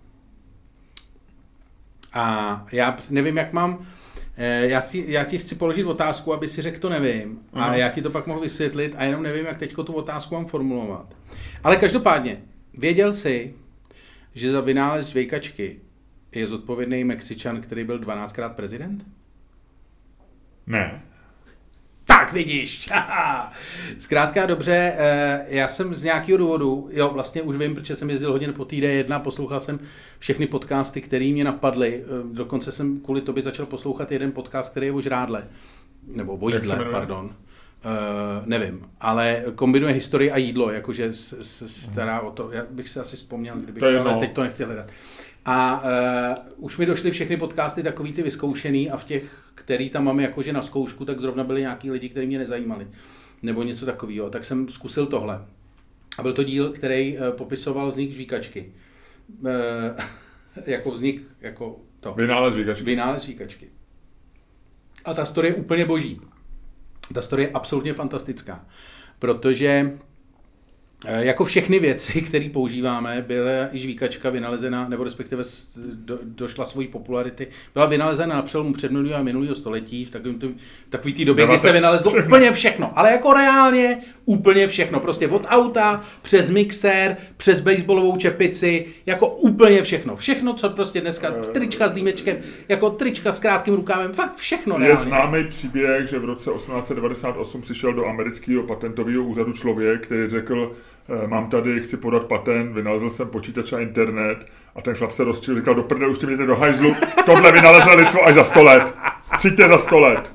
A já nevím, jak mám... Já ti chci položit otázku, aby si řekl, to nevím. A já ti to pak mohl vysvětlit a jenom nevím, jak teďko tu otázku mám formulovat. Ale každopádně, věděl jsi, že za vynález žvejkačky je zodpovědný Mexičan, který byl 12krát prezident? Ne. Tak vidíš. Zkrátka dobře, já jsem z nějakého důvodu, vlastně už vím, protože jsem jezdil hodně po D1, poslouchal jsem všechny podcasty, které mě napadly. Dokonce jsem kvůli tobě začal poslouchat jeden podcast, který je o žrádle. Nebo o jídle, pardon. Nevím, ale kombinuje historii a jídlo, jakože stará o to. Já bych si asi vzpomněl, kdybych, ale teď to nechci hledat. A už mi došly všechny podcasty takový ty vyzkoušený a v těch, který tam máme jakože na zkoušku, tak zrovna byli nějaký lidi, kteří mě nezajímali. Nebo něco takového. Tak jsem zkusil tohle. A byl to díl, který popisoval vznik žvíkačky. Jako vznik, jako to. Vynález žvíkačky. A ta story je úplně boží. Ta story je absolutně fantastická. Protože jako všechny věci, které používáme, byla i žvíkačka vynalezena, nebo respektive došla svojí popularity, byla vynalezena na přelomu předminulého a minulého století, v takový té době, kdy se vynalezlo úplně všechno, ale jako reálně úplně všechno, prostě od auta, přes mixér, přes baseballovou čepici, jako úplně všechno. Všechno, co prostě dneska, trička s dýmečkem, jako trička s krátkým rukávem, fakt všechno reálně. Je známý příběh, že v roce 1898 přišel do amerického patentového úřadu člověk, který řekl, mám tady, chci podat patent, vynalezl jsem počítač a internet a ten chlap se rozčil, říkal, do prdele, už tě mějte do hajzlu, tohle vynalezl lidstvo až za 100 let. Přijďte za 100 let.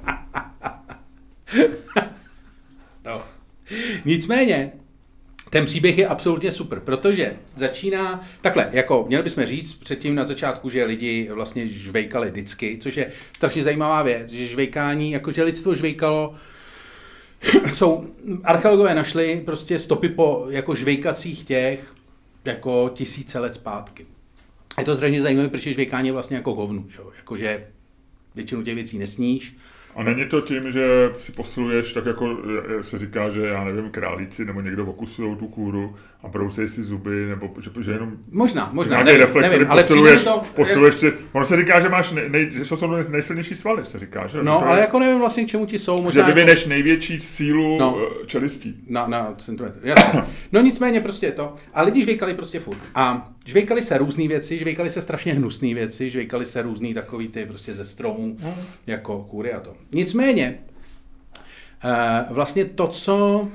No. Nicméně, ten příběh je absolutně super, protože začíná takhle, jako měli bychom říct předtím na začátku, že lidi vlastně žvejkali vždycky, což je strašně zajímavá věc, že žvejkání, jakože lidstvo žvejkalo, archeologové našli prostě stopy po jako žvejkacích těch jako tisíce let zpátky. Je to strašně zajímavé, protože žvejkání je vlastně jako hovnu, že jo? Jakože většinu těch věcí nesníš. A není to tím, že si posiluješ, tak jako se říká, že já nevím, králíci nebo někdo okusujou tu kůru a brousejí si zuby, nebo že jenom... Možná, nevím, ale posiluješ si... Ono se říká, že máš že jsou nejsilnější svaly, se říká, že? No, ale jako nevím vlastně, k čemu ti jsou. Možná že vyvineš jako největší sílu čelistí. Na centimetr, jasně. No nicméně prostě je to. A lidi žvejkali prostě furt. A žvejkali se různý věci, žvejkali se strašně hnusný věci, žvejkali se různý takový ty prostě ze stromů, jako kůry a to. Nicméně, vlastně to, co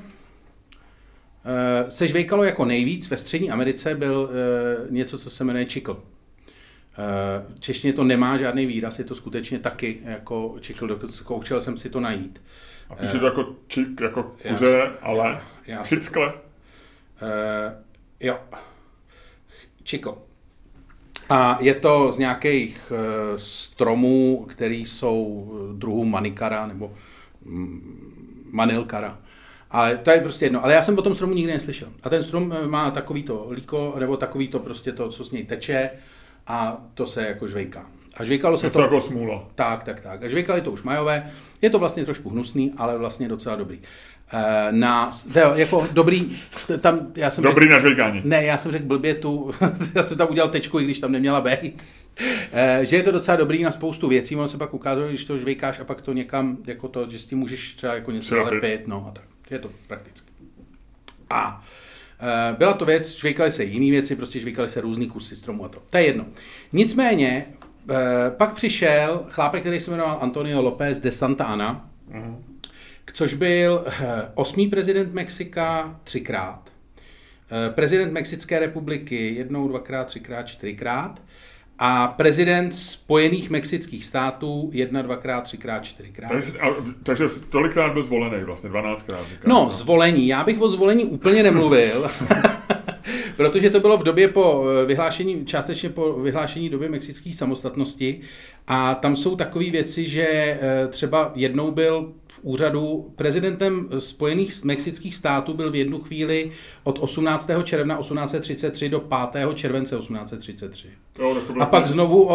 se žvejkalo jako nejvíc ve Střední Americe, byl něco, co se jmenuje čikl. Češtině to nemá žádný výraz, je to skutečně taky jako čikl, zkoušel jsem si to najít. A píše to jako čik, jako kuře, ale chickle? Jo. Čikl. A je to z nějakých stromů, které jsou druhů manikara nebo manilkara. Ale to je prostě jedno. Ale já jsem o tom stromu nikdy neslyšel. A ten strom má takovýto líko, nebo takovýto prostě to, co z něj teče a to se jako žvejká. A žvejkalo se to jako smůla. Tak. A žvejkali to už Majové. Je to vlastně trošku hnusný, ale vlastně docela dobrý. Jako dobrý, tam já jsem dobrý na žvejkání. Ne, já jsem řekl blbě já jsem tam udělal tečku, i když tam neměla být. Že je to docela dobrý na spoustu věcí, ono se pak ukázalo, když to žvejkáš a pak to někam, jako to, že s tím můžeš třeba jako něco zalepit, no a tak. Je to prakticky. A byla to věc, žvejkali se jiný věci, prostě žvejkali se různý kusy stromů a to. To je jedno. Nicméně, pak přišel chlápek, který se jmenoval Antonio López de Santa Anna, což byl 8. prezident Mexika 3krát. prezident Mexické republiky 1, 2x, 3x, 4x a prezident Spojených mexických států 1, 2x, 3x, 4x. Takže tolikrát byl zvolený, vlastně 12krát. No, zvolení. Já bych o zvolení úplně nemluvil, protože to bylo v době částečně po vyhlášení doby mexické samostatnosti a tam jsou takové věci, že třeba jednou byl v úřadu prezidentem Spojených mexických států byl v jednu chvíli od 18. června 1833 do 5. července 1833. A pak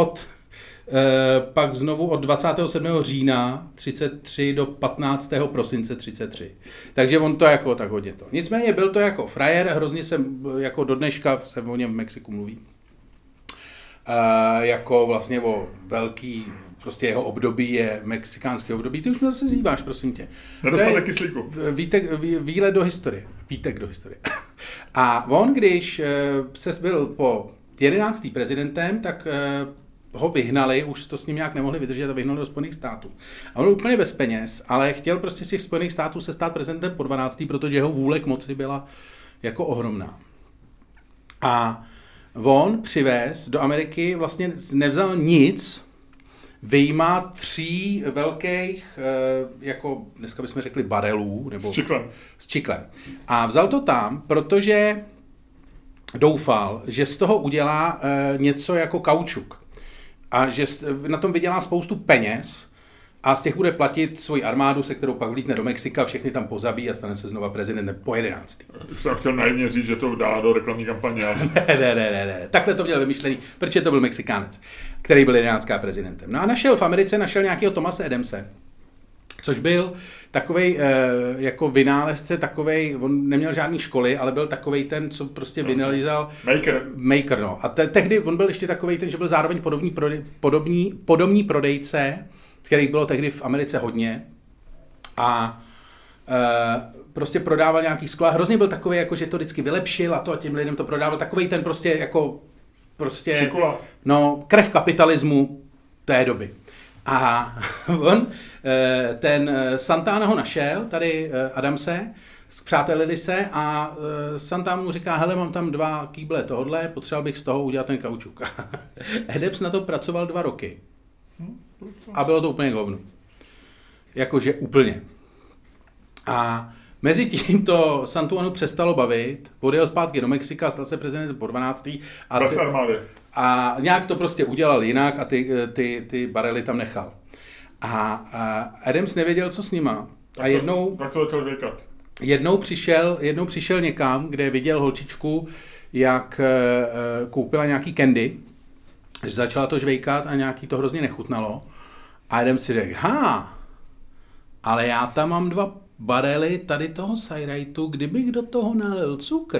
znovu od 27. října 33 do 15. prosince 33. Takže on to jako tak hodně to. Nicméně byl to jako frajer, hrozně se jako do dneška se o něm v Mexiku mluví. Jako vlastně o velký, prostě jeho období je mexikánský období. Ty už mě zase zýváš, prosím tě. Nedostatek kyslíku. Výlet do historie. Vítek do historie. A on, když se byl po 11. prezidentem, tak ho vyhnali, už to s ním nějak nemohli vydržet a vyhnali do Spojených států. A on byl úplně bez peněz, ale chtěl prostě z těch Spojených států se stát prezidentem po 12., protože jeho vůle k moci byla jako ohromná. A on přivez do Ameriky, vlastně nevzal nic, vyjma 3 velkých, jako dneska bychom řekli barelů, nebo s čiklem. A vzal to tam, protože doufal, že z toho udělá něco jako kaučuk. A že na tom vydělá spoustu peněz a z těch bude platit svoji armádu, se kterou pak vlítne do Mexika, všechny tam pozabí a stane se znova prezidentem po 11. Jsem chtěl naivně říct, že to dá do reklamní kampaně. Ne. Takhle to měl vymyšlený, protože to byl Mexikánec, který byl 11. prezidentem. No a v Americe našel nějakého Thomase Adamse, což byl takovej jako vynálezce, on neměl žádný školy, ale byl takovej ten, co prostě vynalízal... Maker, no. A tehdy on byl ještě takovej ten, že byl zároveň podobný prodejce, kterých bylo tehdy v Americe hodně. A prostě prodával nějaký skla. Hrozně byl takovej, jako, že to vždycky vylepšil a těm lidem to prodával. Takovej ten prostě jako... Šikula. No, krev kapitalismu té doby. A on, ten Santana ho našel, tady Adamse, spřátelili se a Santana mu říká, hele, mám tam 2 kýble tohodle, potřeboval bych z toho udělat ten kaučuk. Adams na to pracoval 2 roky. A bylo to úplně hovno. Jakože úplně. A mezi tím to Santuanu přestalo bavit, odjel zpátky do Mexika, stal se prezidentem po 12. A nějak to prostě udělal jinak a ty barely tam nechal. A Adams nevěděl, co s nima. A tak to začal žvejkat. Jednou přišel někam, kde viděl holčičku, jak koupila nějaký candy, že začala to žvejkat a nějaký to hrozně nechutnalo. A Adams si řekl, ale já tam mám 2 barely tady toho sajrajtu, kdybych do toho nalil cukr.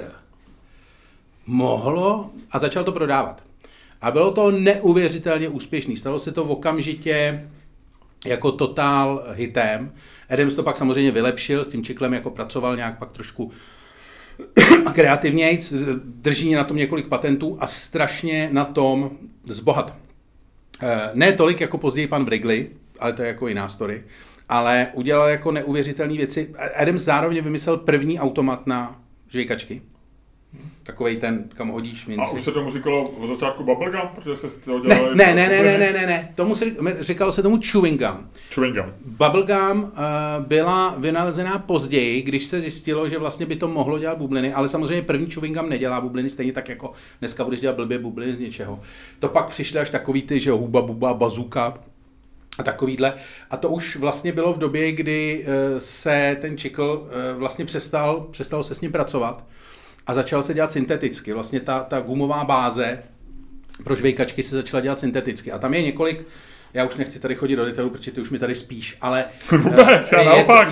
Mohlo a začal to prodávat. A bylo to neuvěřitelně úspěšný. Stalo se to okamžitě jako totál hitem. Adams to pak samozřejmě vylepšil, s tím čiklem jako pracoval nějak pak trošku kreativnějc, drží na tom několik patentů a strašně na tom zbohat. Ne tolik jako později pan Wrigley, ale to je jako jiná story, ale udělal jako neuvěřitelné věci. Adams zároveň vymyslel první automat na žvejkačky. Takovej ten, kam hodíš minci. A už se tomu říkalo od začátku bubblegum, protože se to dělali... Ne. Říkalo se tomu chewing gum. Bubblegum byla vynalezená později, když se zjistilo, že vlastně by to mohlo dělat bubliny, ale samozřejmě první chewing gum nedělá bubliny, stejně tak jako dneska budeš dělat blbě bubliny z něčeho. To pak přišly až takový ty, že huba, buba, bazooka a takovýhle. A to už vlastně bylo v době, kdy se ten čikl vlastně přestal se s ním pracovat. A začal se dělat synteticky. Vlastně ta gumová báze pro žvejkačky se začala dělat synteticky. A tam je několik, já už nechci tady chodit do detailu, protože ty už mi tady spíš, ale vůbec, já naopak,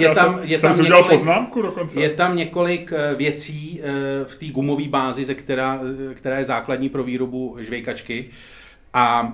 je tam několik věcí v té gumové bázi, která je základní pro výrobu žvejkačky. A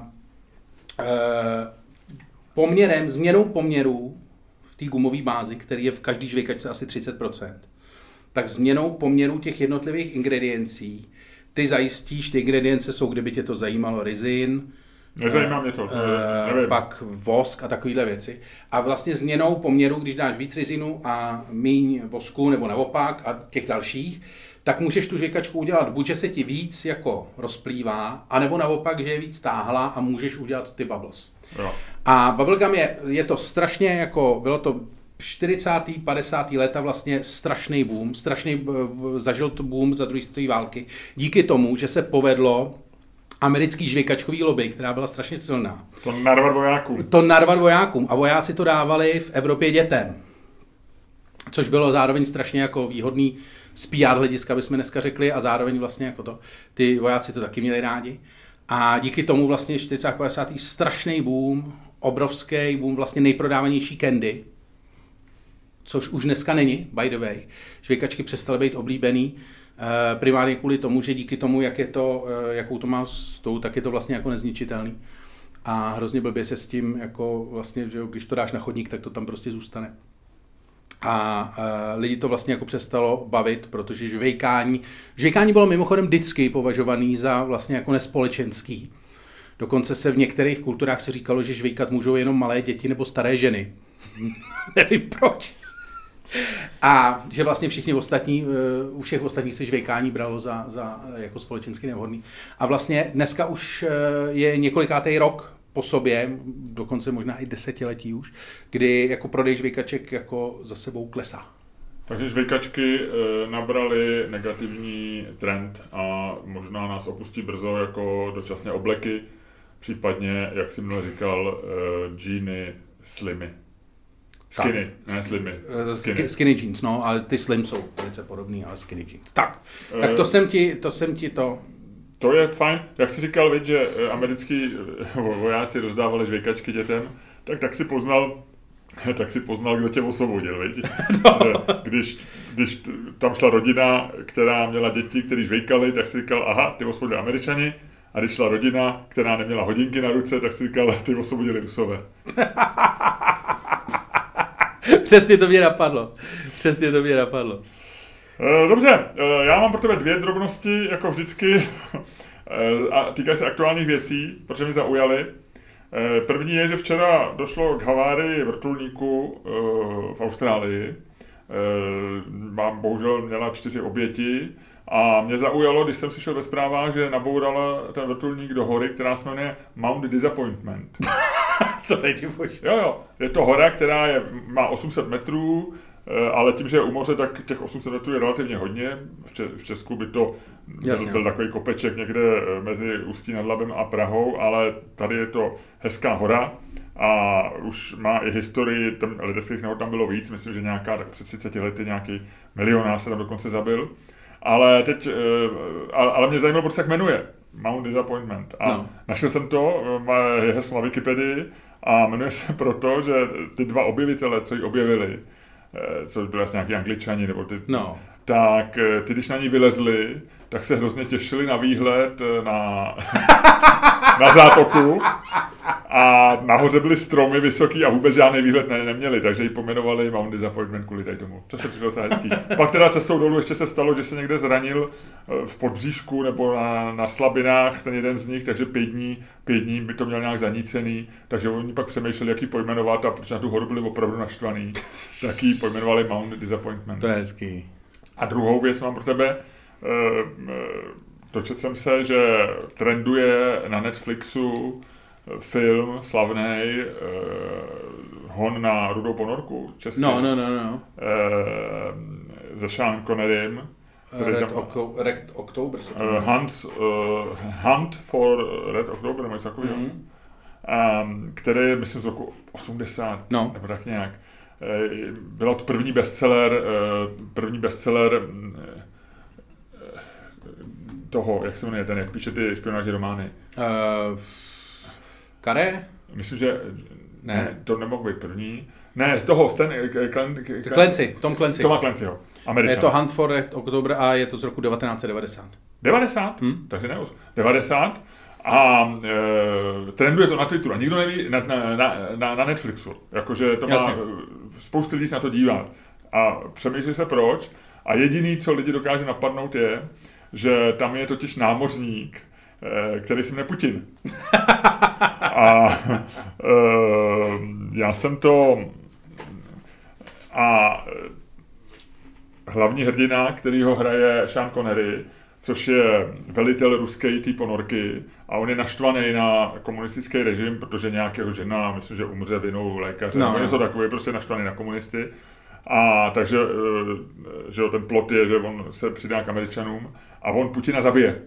změnou poměrů v té gumové bázi, který je v každé žvejkačce asi 30%, tak změnou poměrů těch jednotlivých ingrediencí ty zajistíš, ty ingredience jsou, kdyby tě to zajímalo, rizin, Nezajímá mě to, nevím. Pak vosk a takovéhle věci. A vlastně změnou poměru, když dáš víc rizinu a míň vosku, nebo naopak a těch dalších, tak můžeš tu žvejkačku udělat, buď že se ti víc jako rozplývá, anebo naopak, že je víc táhla a můžeš udělat ty bubbles. Jo. A bubblegum je to strašně jako, bylo to 40. 50. léta vlastně strašný boom, zažil to boom za druhé světové války, díky tomu, že se povedlo americký žvejkačkový lobby, která byla strašně silná. To narvat vojákům. A vojáci to dávali v Evropě dětem. Což bylo zároveň strašně jako výhodný z PR hlediska, bychom dneska řekli, a zároveň vlastně jako to. Ty vojáci to taky měli rádi. A díky tomu vlastně 40. 50. strašný boom, obrovský boom, vlastně nejprodávanější candy, což už dneska není, by the way. Žvejkačky přestaly být oblíbený, primárně kvůli tomu, že díky tomu, jakou to má stou, tak je to vlastně jako nezničitelný. A hrozně blbě se s tím, jako vlastně, že když to dáš na chodník, tak to tam prostě zůstane. A lidi to vlastně jako přestalo bavit, protože žvejkání bylo mimochodem vždycky považovaný za vlastně jako nespolečenský. Dokonce se v některých kulturách se říkalo, že žvejkat můžou jenom malé děti nebo staré ženy. Nevím proč. A že vlastně všichni ostatní, u všech ostatních se žvejkání bralo za jako společensky nevhodný. A vlastně dneska už je několikátý rok po sobě, dokonce možná i desetiletí už, kdy jako prodej žvejkaček jako za sebou klesá. Takže žvejkačky nabrali negativní trend a možná nás opustí brzo jako dočasné obleky, případně, jak jsi minule říkal, džíny slimy. Skinny, ne slimy. Skinny jeans, no, ale ty slim jsou velice podobný, ale skinny jeans. Tak to jsem ti to... To je fajn. Jak jsi říkal, viď, že americký vojáci rozdávali žvejkačky dětem, tak si poznal, kdo tě osvobodil, viď? No. Když tam šla rodina, která měla děti, které žvejkali, tak si říkal, aha, ty osvobodili Američani, a když šla rodina, která neměla hodinky na ruce, tak si říkal, ty osvobodili Rusové. Přesně to mě napadlo. Dobře, já mám pro tebe 2 drobnosti, jako vždycky, a týkají se aktuálních věcí, protože mě zaujaly. První je, že včera došlo k havárii vrtulníku v Austrálii. Bohužel měla 4 oběti a mě zaujalo, když jsem slyšel ve zprávách, že nabourala ten vrtulník do hory, která se jmenuje Mount Disappointment. To nejde počít. Jo, je to hora, která má 800 metrů, ale tím, že je u moře, tak těch 800 metrů je relativně hodně. V Česku by to byl takový kopeček někde mezi Ústí nad Labem a Prahou, ale tady je to hezká hora a už má i historii, ledeckých nehod tam bylo víc, myslím, že nějaká, tak před 30 lety nějaký milionář se tam dokonce zabil. Ale mě zajímalo, proč se tak jmenuje. Mount Disappointment. A našel jsem to, je heslo na Wikipedii a jmenuje se proto, že ty 2 objevitele, co ji objevili, což byly asi nějaký Angličani, nebo tak ty, když na ní vylezli, tak se hrozně těšili na výhled na zátoku a nahoře byly stromy vysoký a vůbec žádný výhled neměli, takže ji pojmenovali Mount Disappointment kvůli tady tomu, což je přišlo docela hezký. Pak teda cestou dolů ještě se stalo, že se někde zranil v podbříšku nebo na slabinách ten jeden z nich, takže 5 dní by to měl nějak zanícený, takže oni pak přemýšleli, jak ji pojmenovat a protože na tu horu byli opravdu naštvaný, tak ji pojmenovali Mount Disappointment. To je hezký. A druhou věc mám pro tebe, dočetl jsem se, že trenduje na Netflixu film slavnej Hon na rudou ponorku český. No. Se Sean Connerym. Red October se Hunt for Red October, nebo něco takového. Který, myslím, z roku 80, nebo tak nějak. Byl to první bestseller toho, jak se jmenuje ten, jak píše ty špionážní romány. Carré? Myslím, že ne, to nemohl být první. Ne, toho, Tom Clancy. Toma Clancyho, Američan. Je to Hunt for Red October a je to z roku 1990. 90? Takže ne, 90. A trenduje to na Twitteru a nikdo neví na Netflixu. Jakože to má, spoustu lidí se na to dívá. A přemýšlí se proč. A jediný, co lidi dokáže napadnout je, že tam je totiž námořník, který se jmenuje Putin. A já jsem to... A hlavní hrdina, který ho hraje Sean Connery, což je velitel ruské té ponorky a on je naštvaný na komunistický režim, protože nějakého žena, myslím, že umře vinou lékaře, nebo něco takové, prostě naštvaný na komunisty. A takže že ten plot je, že on se přidá k Američanům a on Putina zabije.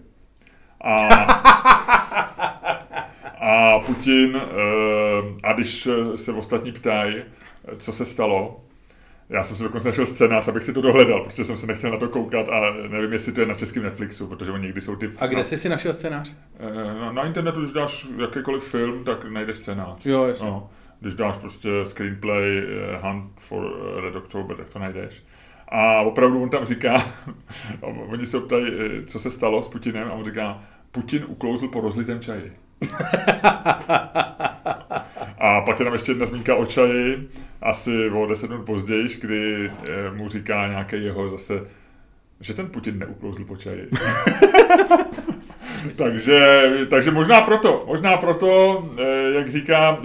A Putin, a když se ostatní ptají, co se stalo, já jsem si dokonce našel scénář, abych si to dohledal, protože jsem se nechtěl na to koukat a nevím, jestli to je na českém Netflixu, protože oni někdy jsou ty... A kde jsi si našel scénář? Na internetu, když dáš jakýkoliv film, tak najdeš scénář. Jo, jasně. No, když dáš prostě screenplay Hunt for Red October, tak to najdeš. A opravdu on tam říká, oni se ptají, co se stalo s Putinem, a on říká, Putin uklouzl po rozlitém čaji. A pak je tam ještě jedna zmínka o čaji, asi o 10 minut později, kdy mu říká nějaký jeho zase, že ten Putin neuklouzl po čaji. takže možná proto, jak říká,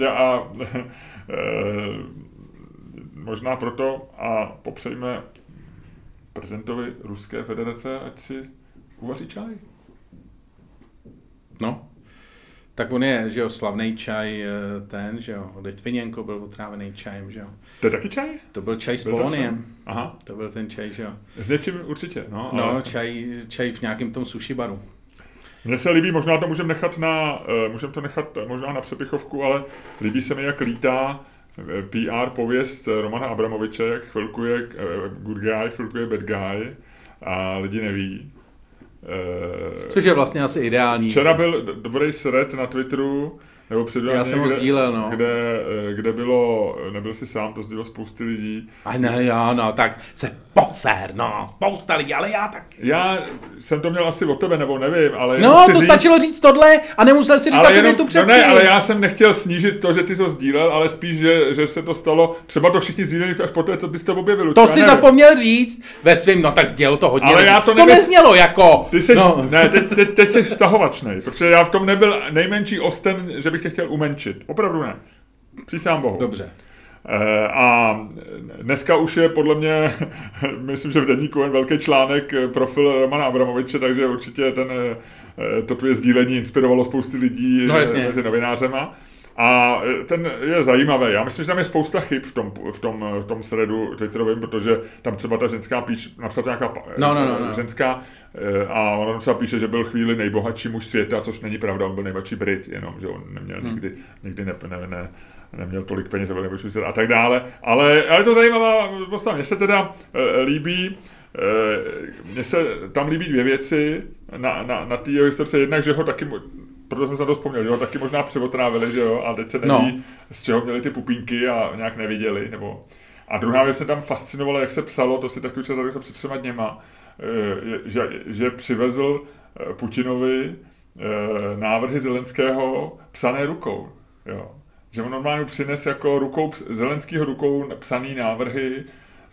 možná proto a popřejme prezidentovi Ruské federace, ať si uvaří čaj. No, tak on je, že jo, slavný čaj ten, že jo, Litvinenko byl otrávený čajem, že jo. To je taky čaj? To byl čaj s poloniem. Aha. To byl ten čaj, že jo. S něčím určitě, no. No, ale... čaj v nějakém tom sushi baru. Mně se líbí, možná to můžeme to nechat možná na přepichovku, ale líbí se mi, jak lítá PR pověst Romana Abramoviče, jak chvilku je good guy, chvilku je bad guy a lidi neví. Což je vlastně asi ideální. Včera byl dobrý thread na Twitteru, nebo předvědně, já jsem ho sdílel, no. kde bylo, nebyl si sám, to sdílelo spousty lidí. A ne, jo, no, tak se poser, no, spousta lidí, ale já taky. Já jsem to měl asi od tebe, nebo nevím, ale... No, to stačilo říct tohle a nemusel si říkat tu větu předtím. No ne, ale já jsem nechtěl snížit to, že ty jsi ho sdílel, ale spíš, že se to stalo, třeba to všichni sdíleli až poté, co bys to objevil. To si zapomněl říct ve svým, no tak sdělilo to hodně ale lidí. Já to neznělo jako... Ty jsi, no. Ne, teď jsi vztahovačnej, protože já v tom nebyl nejmenší osten, že bych tě chtěl umenčit. Opravdu ne. Přísám Bohu. Dobře. A dneska už je podle mě, myslím, že v Deníku je velký článek profil Romana Abramoviče, takže určitě to tvoje sdílení inspirovalo spoustu lidí mezi novinářema. A ten je zajímavý. Já myslím, že tam je spousta chyb v tom threadu twitterovým, protože tam třeba ta ženská napsala nějaká ženská a ona třeba píše, že byl chvíli nejbohatší muž světa, což není pravda, on byl nejbohatší Brit, jenom, že on neměl nikdy neměl tolik peněz a tak dále. Ale to zajímavá postava. Mně se teda líbí, tam líbí dvě věci na té jeho historice. Jednak, že ho taky, proto jsem se na to vzpomněl, že ho taky možná přeotrávili, že jo, a teď se neví, z čeho měli ty pupínky a nějak neviděli. A druhá věc se tam fascinovala, jak se psalo, to si taky už se před 3 dněma, že přivezl Putinovi návrhy Zelenského psané rukou, jo. Že on normálně přines jako Zelenskýho rukou psaný návrhy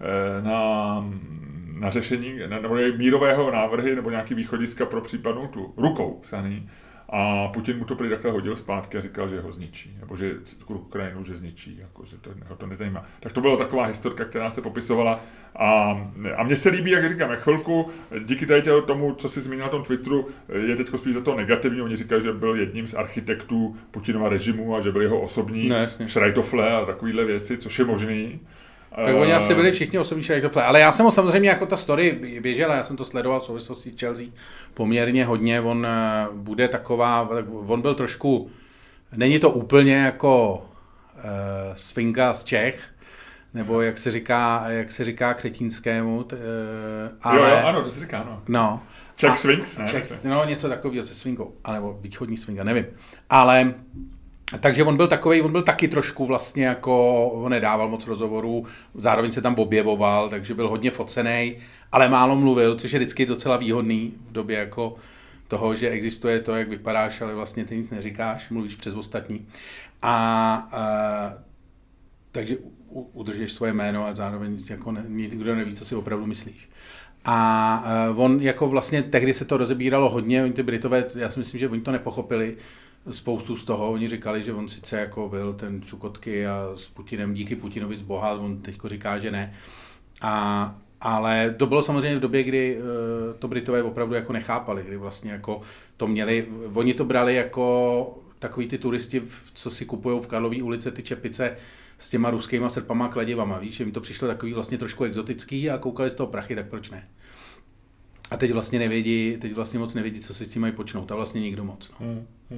na řešení, nebo mírového návrhy, nebo nějaký východiska pro případnou tu rukou psaný. A Putin mu to prý takhle hodil zpátky a říkal, že ho zničí, nebo že Ukrajinu že zničí, jako, že ho to nezajímá. Tak to byla taková historka, která se popisovala. A mně se líbí, jak říkám, jak chvilku, díky tady tomu, co jsi zmínil na tom Twitteru, je teď spíš za to negativní. Oni říkají, že byl jedním z architektů Putinova režimu a že byl jeho osobní šrajtofle a takovýhle věci, což je možný. Tak oni asi byli všichni osobní šrajtofle, ale já jsem ho samozřejmě jako ta story běžela, já jsem to sledoval v souvislosti s Chelsea poměrně hodně, on bude taková, on byl trošku, není to úplně jako Sfinga z Čech, nebo jak se říká Křetínskému, ale... Jo, ano, to se říká, no. Czech Swings, ne? No, něco takového se Swingou, anebo východní Swinga, nevím, ale... Takže on byl taky trošku vlastně jako, on nedával moc rozhovorů, zároveň se tam objevoval, takže byl hodně focenej, ale málo mluvil, což je vždycky docela výhodný v době jako toho, že existuje to, jak vypadáš, ale vlastně ty nic neříkáš, mluvíš přes ostatní. Takže udržíš svoje jméno a zároveň jako nikdo neví, co si opravdu myslíš. A on jako vlastně tehdy se to rozebíralo hodně, oni ty Britové, já si myslím, že oni to nepochopili, spoustu z toho, oni říkali, že on sice jako byl ten Čukotky a s Putinem, díky Putinovi zbohal, on teďko říká, že ne. Ale to bylo samozřejmě v době, kdy to Britové opravdu jako nechápali, kdy vlastně jako to měli, oni to brali jako takový ty turisti, co si kupujou v Karlově ulici ty čepice s těma ruskýma srpama a kladivama, víš, jim to přišlo takový vlastně trošku exotický a koukali z toho prachy, tak proč ne? A teď vlastně moc nevědí, co si s tím mají počnout, a vlastně nikdo moc. No.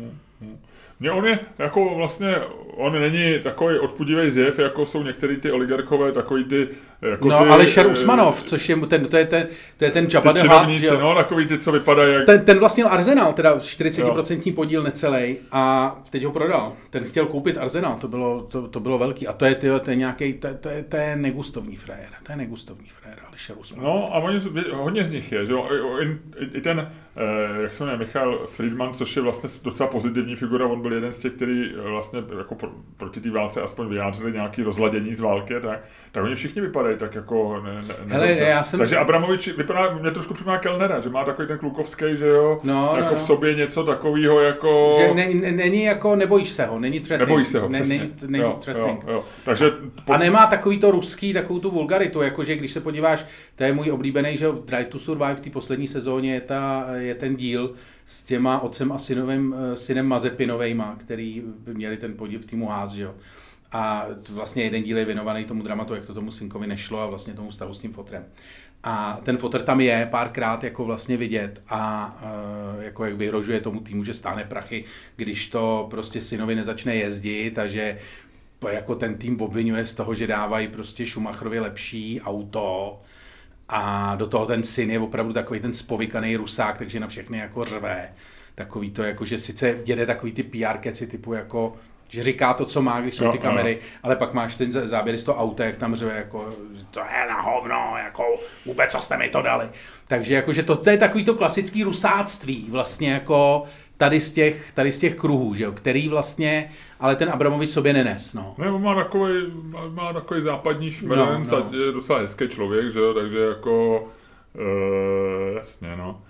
Mně on je, jako vlastně, on není takový odpudivý zjev, jako jsou některý ty oligarchové, takový ty, jako no, ty... Alešer Usmanov, což je ten Jabba the Hutt, no, takový ty, co vypadají jak... Ten vlastnil Arsenal, teda 40% podíl necelej, a teď ho prodal. Ten chtěl koupit Arsenal, to bylo velký. A to je nějaký, to je negustovní frajer. To je negustovní frajer, Alešer Usmanov. No, a hodně z nich je, že jo. I ten, jak se jmenuje, Michal Friedman, což je vlastně docela pozitivní figura, on byl jeden z těch, který vlastně jako proti té válce aspoň vyjádřili nějaké rozladění z války, tak oni všichni vypadají tak jako Takže Abramovič vypadá, mě trošku připomíná Kellnera, že má takový ten klukovský, že jo, jako v sobě něco takového jako... Že není jako, nebojíš se ho, není threatening. Nebojíš se ho, přesně. Není threatening. Jo. Takže... A nemá takový to ruský, takovou tu vulgaritu, jakože když se podíváš, to je můj oblíbený, že Drive to Survive v té poslední sezóně je ten díl s těma otcem a synem Mazepinovejma, který by měli ten podíl v týmu Haas, že jo. A vlastně jeden díl je věnovaný tomu dramatu, jak to tomu synkovi nešlo a vlastně tomu vztahu s tím fotrem. A ten fotr tam je párkrát jako vlastně vidět a jako jak vyhrožuje tomu týmu, že stáhne prachy, když to prostě synovi nezačne jezdit a že jako ten tým obvinuje z toho, že dávají prostě Schumacherovi lepší auto a do toho ten syn je opravdu takový ten spovykaný rusák, takže na všechny jako řve. Takový to jako, že sice jede takový ty PR keci typu jako, že říká to, co má, když jsou ty kamery, ale pak máš ten záběr z toho auta, jak tam řve, jako, to je na hovno, jako, vůbec, co jste mi to dali. Takže jako, že to je takový to klasický rusáctví, vlastně jako tady z těch kruhů, že jo, který vlastně, ale ten Abramovič sobě nenes, no. Ne, on má takový západní šmrnc, je docela hezký člověk, že jo, takže jako, jasně, no.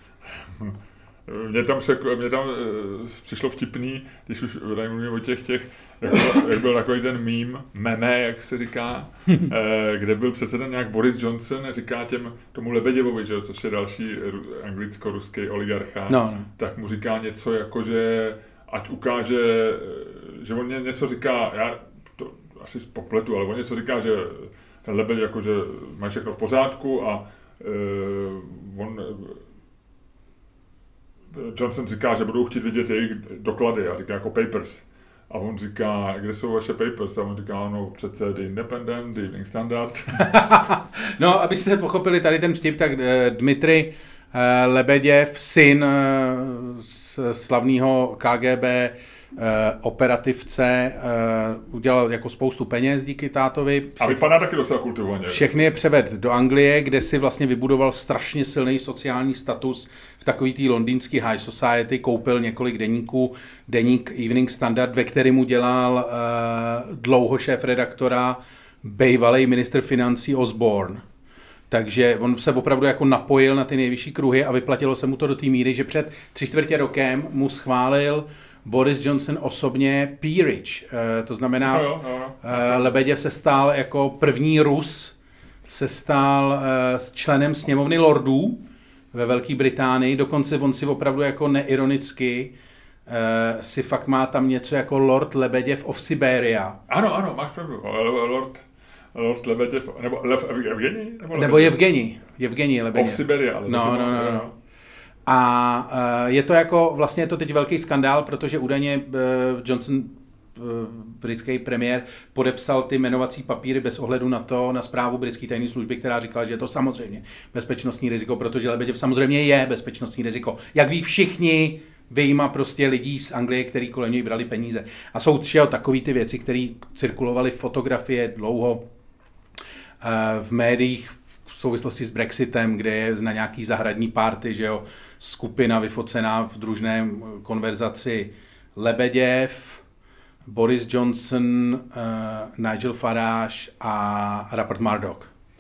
Mně tam přišlo vtipný, když už tady mluvím o těch jak byl takový ten meme, jak se říká, kde byl přece nějak Boris Johnson, říká tomu Lebeděvovi, že, což je další anglicko-ruský oligarcha, tak mu říká něco jako, že ať ukáže, že on něco říká, já to asi popletu, ale on něco říká, že ten Lebeděv jako, že má všechno v pořádku a Johnson říká, že budou chtít vidět jejich doklady a říká jako papers. A on říká, kde jsou vaše papers? A on říká, no přece The Independent, The Evening Standard. No, abyste pochopili tady ten vtip, tak Dmitrij Lebeděv, syn slavného KGB operativce, udělal jako spoustu peněz díky tátovi. A vypadá taky docela kultivovaně. Všechny je převed do Anglie, kde si vlastně vybudoval strašně silný sociální status v takový té londýnský high society, koupil několik deníků, deník Evening Standard, ve kterém mu dělal dlouho šéf-redaktora bývalý ministr financí Osborne. Takže on se opravdu jako napojil na ty nejvyšší kruhy a vyplatilo se mu to do té míry, že před 3/4 rokem mu schválil Boris Johnson osobně peerage. To znamená, Lebeděv se stal jako první Rus, se stal členem sněmovny lordů ve Velké Británii, dokonce on si opravdu jako neironicky si fakt má tam něco jako Lord Lebeděv of Siberia. Ano, máš pravdu. Lord Lebeděv, nebo Evgenij? Nebo Evgenij Lebeděv. Of Siberia. No. A je to jako, vlastně je to teď velký skandál, protože údajně Johnson, britský premiér, podepsal ty jmenovací papíry bez ohledu na zprávu britské tajné služby, která říkala, že je to samozřejmě bezpečnostní riziko, protože Lebeděv samozřejmě je bezpečnostní riziko. Jak ví všichni vyjma prostě lidí z Anglie, který kolem něj brali peníze. A jsou třeba takový ty věci, které cirkulovaly fotografie dlouho v médiích v souvislosti s Brexitem, kde je na nějaký zahradní party, že jo, skupina vyfocená v družném konverzaci Lebeděv, Boris Johnson, Nigel Farage a Rupert Murdoch.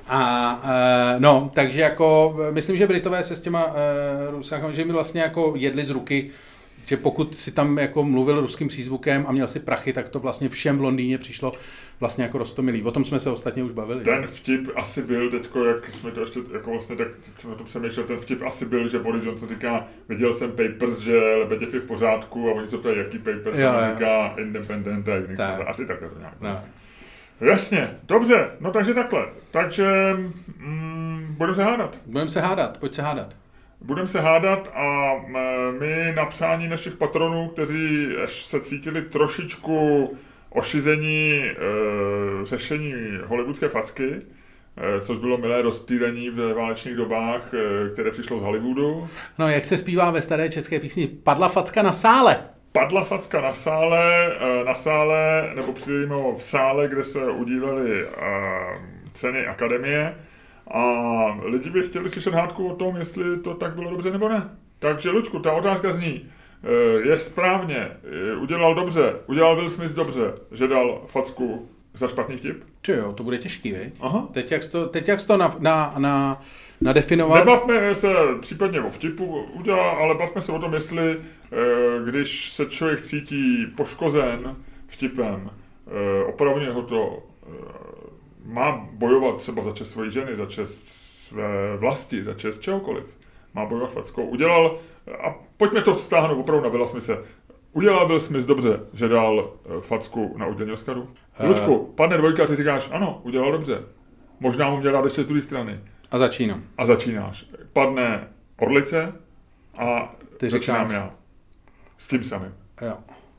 No, takže jako, myslím, že Britové se s těma Rusákama, že mi vlastně jako jedli z ruky, že pokud si tam jako mluvil ruským přízvukem a měl si prachy, tak to vlastně všem v Londýně přišlo vlastně jako roztomilý. O tom jsme se ostatně už bavili. Ten vtip asi byl teďko, jak jsme to ještě, jako vlastně tak jsem o tom přemýšlel, ten vtip asi byl, že Boris Johnson říká, viděl jsem Papers, že Lebeděv je v pořádku a oni se ptají, jaký Papers, a říká Independent, asi takhle to nějak. No. Jasně, dobře, no takže takhle. Takže budeme se hádat. Pojď se hádat. Budeme se hádat a my na přání našich patronů, kteří se cítili trošičku ošizení řešení hollywoodské facky, což bylo milé rozptýlení v válečných dobách, které přišlo z Hollywoodu. No, jak se zpívá ve staré české písni, padla facka na sále. Padla facka na sále, nebo přímo v sále, kde se udílely ceny akademie. A lidi by chtěli slyšet hádku o tom, jestli to tak bylo dobře nebo ne. Takže, Luďku, ta otázka zní, je správně, udělal Will Smith dobře, že dal facku za špatný vtip? Jo, to bude těžký, viď? Aha. Teď jak jsi to nadefinoval? Nebavme se případně o vtipu, ale bavme se o tom, jestli když se člověk cítí poškozen vtipem, opravdu ho to má bojovat třeba za čest svojí ženy, za čest své vlasti, za čest čehokoliv. Má bojovat fackou. A pojďme to vztáhnout opravdu na Willa Smithe. Udělal Will Smith dobře, že dal facku na udělení Oscaru? Luďku, padne dvojka a ty říkáš, ano, udělal dobře. Možná mu měl dát ještě z druhé strany. A začínáš. Padne Orlice a ty začínám já. S tím samým. Jo.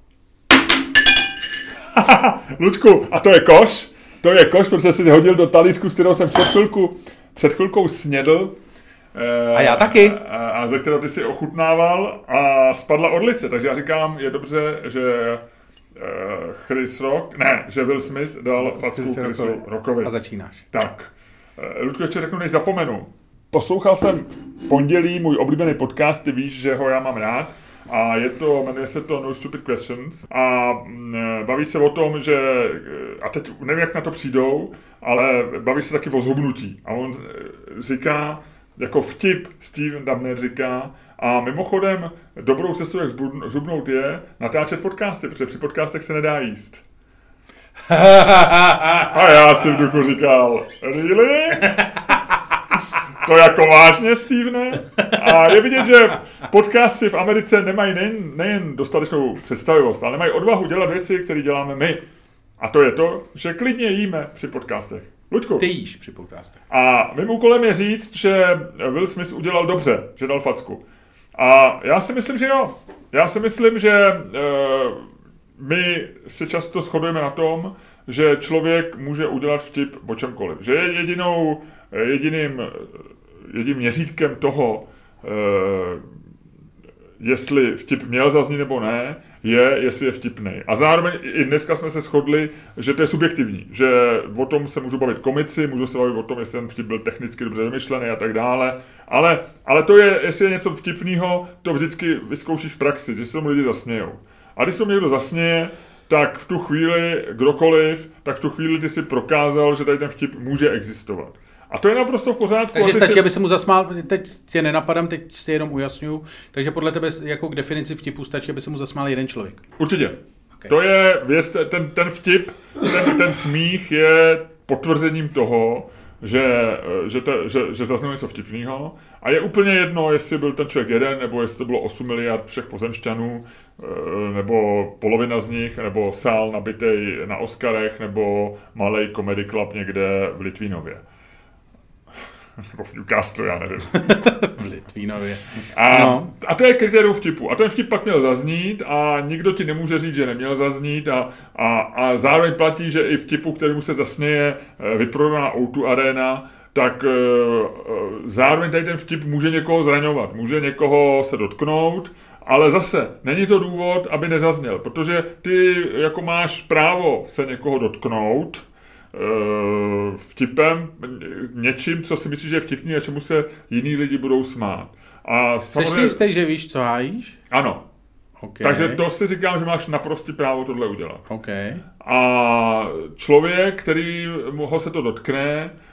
Luďku, a to je koš? To je koš, protože jsi hodil do talísku, s kterou jsem před chvilkou snědl. A já taky. A ze kterou ty si ochutnával a spadla Orlice. Takže já říkám, je dobře, že že Will Smith dal facku Chrisu Rockovi. A začínáš. Tak. Ludku, ještě řeknu, než zapomenu. Poslouchal jsem pondělí můj oblíbený podcast, ty víš, že ho já mám rád. A jmenuje se to No Stupid Questions a baví se o tom, že, a teď nevím, jak na to přijdou, ale baví se taky o zhubnutí. A on říká, jako vtip Steven Dubner říká, a mimochodem dobrou cestou, jak zhubnout je natáčet podcasty, protože při podcastech se nedá jíst. A já si v duchu říkal, really? To jako vážně, Stevene? A je vidět, že podcasty v Americe nemají nejen dostatečnou představivost, ale nemají odvahu dělat věci, které děláme my. A to je to, že klidně jíme při podcastech. Luďku. Ty jíš při podcastech. A mým úkolem je říct, že Will Smith udělal dobře, že dal facku. A já si myslím, že jo. Já si myslím, že my se často shodujeme na tom, že člověk může udělat vtip o čemkoliv. Že je jediným měřítkem toho, jestli vtip měl zaznít nebo ne, jestli je vtipný. A zároveň i dneska jsme se shodli, že to je subjektivní, že o tom se můžu bavit komici, můžu se bavit o tom, jestli ten vtip byl technicky dobře vymyšlený a tak dále, ale to je, jestli je něco vtipného, to vždycky vyzkoušíš v praxi, že se tomu lidi zasmějou. A když se mu někdo zasměje, tak v tu chvíli, kdokoliv, tak v tu chvíli ty si prokázal, že tady ten vtip může existovat. A to je naprosto v pořádku. Takže stačí, aby se mu zasmál, teď tě nenapadám, teď si jenom ujasňuju, takže podle tebe jako k definici vtipu stačí, aby se mu zasmál jeden člověk. Určitě. Okay. To je věc, ten vtip, ten smích je potvrzením toho, že zaznělo něco vtipného a je úplně jedno, jestli byl ten člověk jeden, nebo jestli to bylo 8 miliard všech pozemšťanů, nebo polovina z nich, nebo sál nabitej na Oscarech, nebo malej comedy club někde v Litvínově. Nebo v Newcastle, já nevím. V Litvínově. A to je kritérium vtipu. A ten vtip pak měl zaznít a nikdo ti nemůže říct, že neměl zaznít a zároveň platí, že i vtipu, kterému se zasměje vyprodaná O2 Arena, tak zároveň tady ten vtip může někoho zraňovat, může někoho se dotknout, ale zase není to důvod, aby nezazněl, protože ty jako máš právo se někoho dotknout, vtipem, něčím, co si myslíš, že je vtipný a čemu se jiní lidi budou smát. A jsi si jistý, že víš, co hájíš? Ano. Okay. Takže to si říkám, že máš naprostý právo tohle udělat. Okay. A člověk, který ho se to dotkne,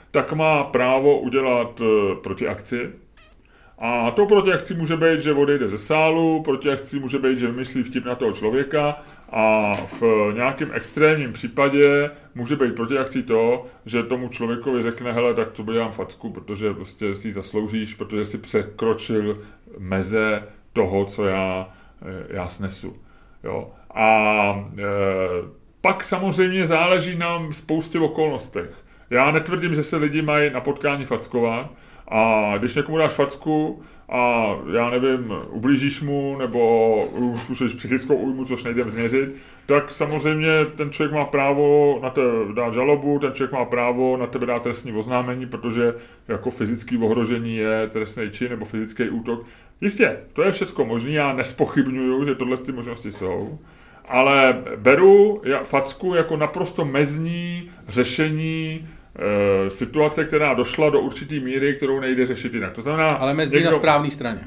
tak má právo udělat protiakci. A to protiakcí může být, že odejde ze sálu, protiakcí může být, že vymyslí vtip na toho člověka a v nějakém extrémním případě může být protiakcí to, že tomu člověkovi řekne, hele, tak to bude dám facku, protože prostě si ji zasloužíš, protože si překročil meze toho, co já snesu. Jo. A pak samozřejmě záleží na spoustě okolnostech. Já netvrdím, že se lidi mají na potkání fackovat, a když někomu dáš facku a já nevím, ublížíš mu nebo už způsobíš psychickou újmu, což nejdem změřit, tak samozřejmě ten člověk má právo na tebe dát žalobu, ten člověk má právo na tebe dát trestní oznámení, protože jako fyzické ohrožení je trestný čin nebo fyzický útok. Jistě, to je všecko možné, já nespochybnuju, že tohle ty možnosti jsou, ale beru facku jako naprosto mezní řešení situace, která došla do určitý míry, kterou nejde řešit jinak. To znamená... Ale mezní na správné straně.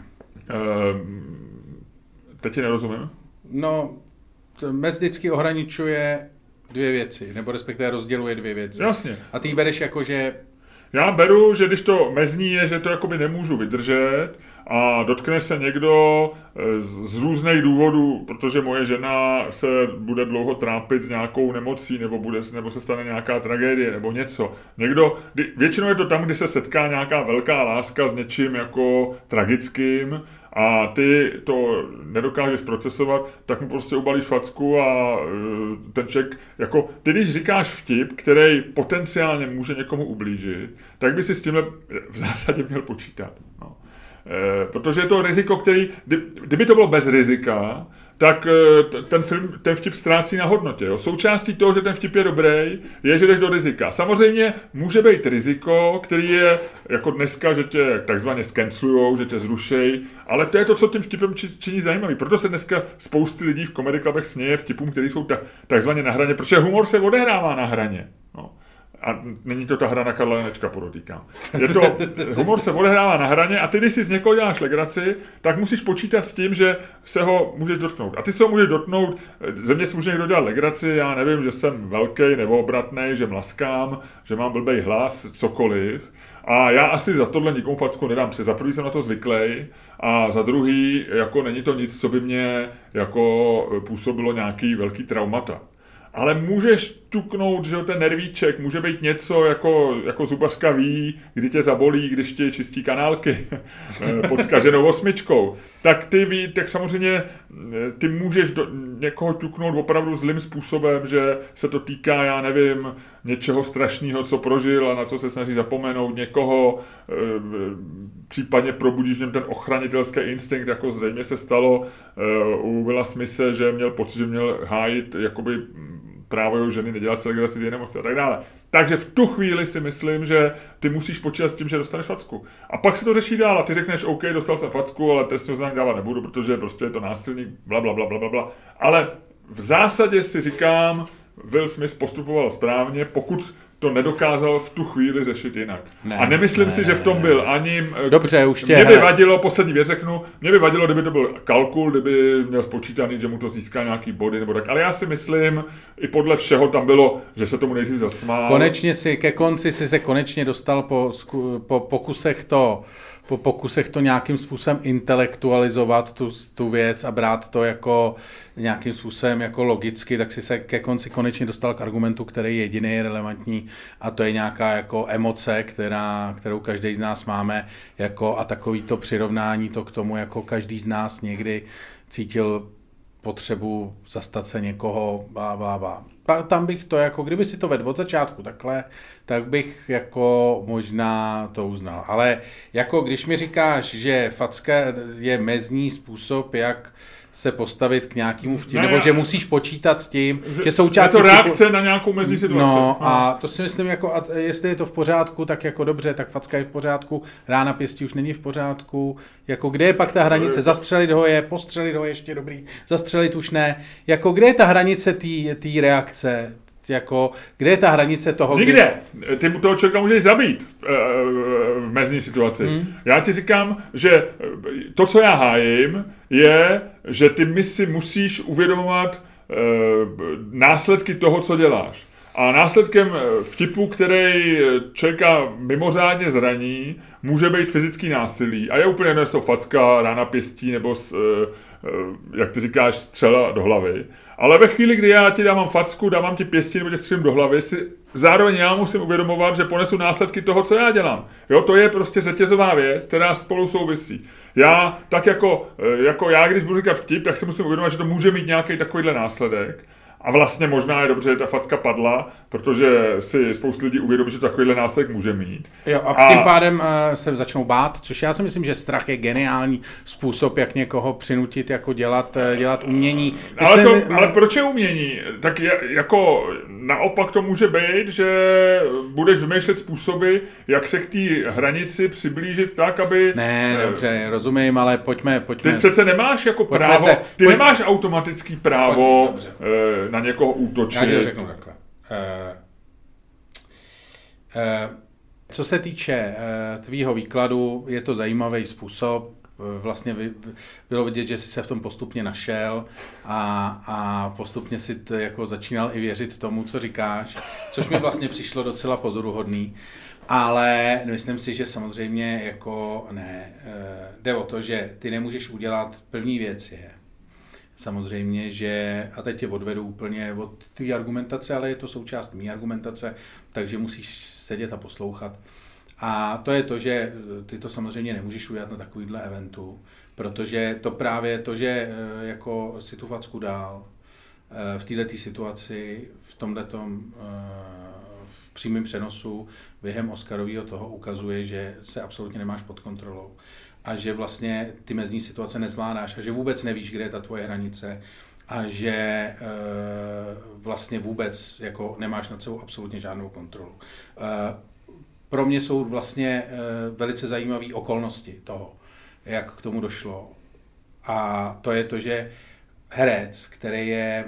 Teď ti nerozumím. No, mez vždycky ohraničuje dvě věci, nebo respektive rozděluje dvě věci. Jasně. A ty bereš jako, že... Já beru, že když to mezní je, že to jakoby nemůžu vydržet a dotkne se někdo z různých důvodů, protože moje žena se bude dlouho trápit s nějakou nemocí nebo se stane nějaká tragédie nebo něco. Většinou je to tam, kdy se setká nějaká velká láska s něčím jako tragickým a ty to nedokážeš procesovat, tak mu prostě ubalíš facku a ten člověk, jako ty když říkáš vtip, který potenciálně může někomu ublížit, tak by si s tímhle v zásadě měl počítat. No. Protože je to riziko, který, kdyby to bylo bez rizika, tak ten vtip ztrácí na hodnotě. Jo. Součástí toho, že ten vtip je dobrý, je, že jdeš do rizika. Samozřejmě může být riziko, který je jako dneska, že tě takzvaně skencelujou, že tě zrušej, ale to je to, co tím vtipem činí zajímavý. Proto se dneska spousty lidí v comedy clubech směje vtipům, které jsou takzvaně na hraně, protože humor se odehrává na hraně. No. A není to ta hra na Karla Janečka, podotýkám. Humor se odehrává na hraně a ty, když si z někoho děláš legraci, tak musíš počítat s tím, že se ho můžeš dotknout. A ty se ho můžeš dotknout, ze mě si může někdo dělat legraci, já nevím, že jsem velkej nebo obratnej, že mlaskám, že mám blbej hlas, cokoliv. A já asi za tohle nikomu facku nedám, protože za prvý jsem na to zvyklý a za druhý, jako není to nic, co by mě jako působilo nějaký velký traumata. Ale můžeš ťuknout, že ten nervíček může být něco jako zubařka ví, kdy tě zabolí, když ti čistí kanálky pod zkaženou osmičkou. Tak samozřejmě ty můžeš někoho ťuknout opravdu zlým způsobem, že se to týká, já nevím, něčeho strašného, co prožil a na co se snaží zapomenout, někoho, případně probudíš v něm ten ochranitelský instinkt, jako zřejmě se stalo u Willa Smithe, že měl pocit, že měl hájit jakoby právo jeho ženy nedělat se legraci z její nemoci a tak dále. Takže v tu chvíli si myslím, že ty musíš počítat s tím, že dostaneš facku. A pak se to řeší dál a ty řekneš, OK, dostal jsem facku, ale trestní oznámení dávat nebudu, protože prostě je to násilník, blablabla. Ale v zásadě si říkám, Will Smith postupoval správně, pokud to nedokázal v tu chvíli řešit jinak. A nemyslím si, že v tom byl ani... Dobře, už tě... Mě by vadilo, poslední věc řeknu, mě by vadilo, kdyby to byl kalkul, kdyby měl spočítaný, že mu to získá nějaký body nebo tak. Ale já si myslím, i podle všeho tam bylo, že se tomu nejdřív zasmál. Konečně ke konci si se konečně dostal po pokusech to nějakým způsobem intelektualizovat tu věc a brát to jako nějakým způsobem jako logicky, tak si se ke konci konečně dostal k argumentu, který je jediný relevantní a to je nějaká jako emoce, kterou každý z nás máme jako a takový to přirovnání to k tomu, jako každý z nás někdy cítil potřebu zastat se někoho, bla. Tam bych to jako, kdyby si to vedl od začátku takhle, tak bych jako možná to uznal. Ale jako když mi říkáš, že facka je mezní způsob, jak se postavit k nějakému vtipu, nebo že musíš počítat s tím, že součástí... Je to reakce na nějakou mezní situaci. No a to si myslím, jako, a jestli je to v pořádku, tak jako dobře, tak facka je v pořádku, rána pěstí už není v pořádku, jako kde je pak ta hranice, zastřelit ho je, postřelit ho ještě dobrý, zastřelit už ne, jako kde je ta hranice té reakce, jako, kde je ta hranice toho... Nikde. Ty toho člověka můžeš zabít v mezní situaci. Já ti říkám, že to, co já hájím, je, že ty si musíš uvědomovat následky toho, co děláš. A následkem vtipu, který člověka mimořádně zraní, může být fyzický násilí. A je úplně jedno, jestli facka, rána pěstí nebo, jak ty říkáš, střela do hlavy. Ale ve chvíli, kdy já ti dávám facku, dávám ti pěstí nebo tě střelím do hlavy, si zároveň já musím uvědomovat, že ponesu následky toho, co já dělám. Jo, to je prostě řetězová věc, která spolu souvisí. Já, tak jako já, když budu říkat vtip, tak si musím uvědomovat, že to může mít nějaký takovýhle následek. A vlastně možná je dobře, že ta facka padla, protože si spoustu lidí uvědomí, že takovýhle následek může mít. Jo, a tím pádem se začnou bát, což já si myslím, že strach je geniální způsob, jak někoho přinutit jako dělat umění. Ale proč je umění? Tak jako naopak to může být, že budeš vymýšlet způsoby, jak se k té hranici přiblížit tak, aby... Ne, dobře, rozumím, ale pojďme. Ty přece nemáš jako právo, nemáš automatický právo na někoho útočit. Já ti to řeknu takhle. Co se týče tvýho výkladu, je to zajímavý způsob. Vlastně bylo vidět, že jsi se v tom postupně našel a postupně si jako začínal i věřit tomu, co říkáš, což mi vlastně přišlo docela pozoruhodný. Ale myslím si, že samozřejmě jako ne. Jde o to, že ty nemůžeš udělat, první věc je, samozřejmě, že, a teď tě odvedu úplně od té argumentace, ale je to součást mý argumentace, takže musíš sedět a poslouchat. A to je to, že ty to samozřejmě nemůžeš udělat na takovýhle eventu, protože to právě to, že jako si tu facku dál v této situaci, v tomhletom v přímém přenosu během Oscarového toho ukazuje, že se absolutně nemáš pod kontrolou. A že vlastně ty mezní situace nezvládáš a že vůbec nevíš, kde je ta tvoje hranice a že vlastně vůbec jako nemáš nad sebou absolutně žádnou kontrolu. Pro mě jsou vlastně velice zajímavé okolnosti toho, jak k tomu došlo. A to je to, že herec, který je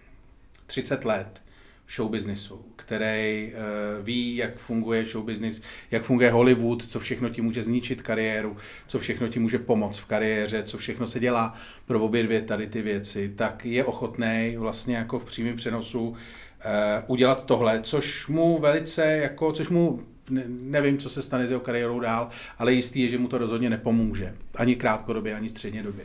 30 let v showbiznisu, který ví, jak funguje showbiznis, jak funguje Hollywood, co všechno ti může zničit kariéru, co všechno ti může pomoct v kariéře, co všechno se dělá pro obě dvě tady ty věci, tak je ochotnej vlastně jako v přímém přenosu udělat tohle, což mu velice, jako, což mu nevím, co se stane s jeho kariérou dál, ale jistý je, že mu to rozhodně nepomůže. Ani krátkodobě, ani střednědobě.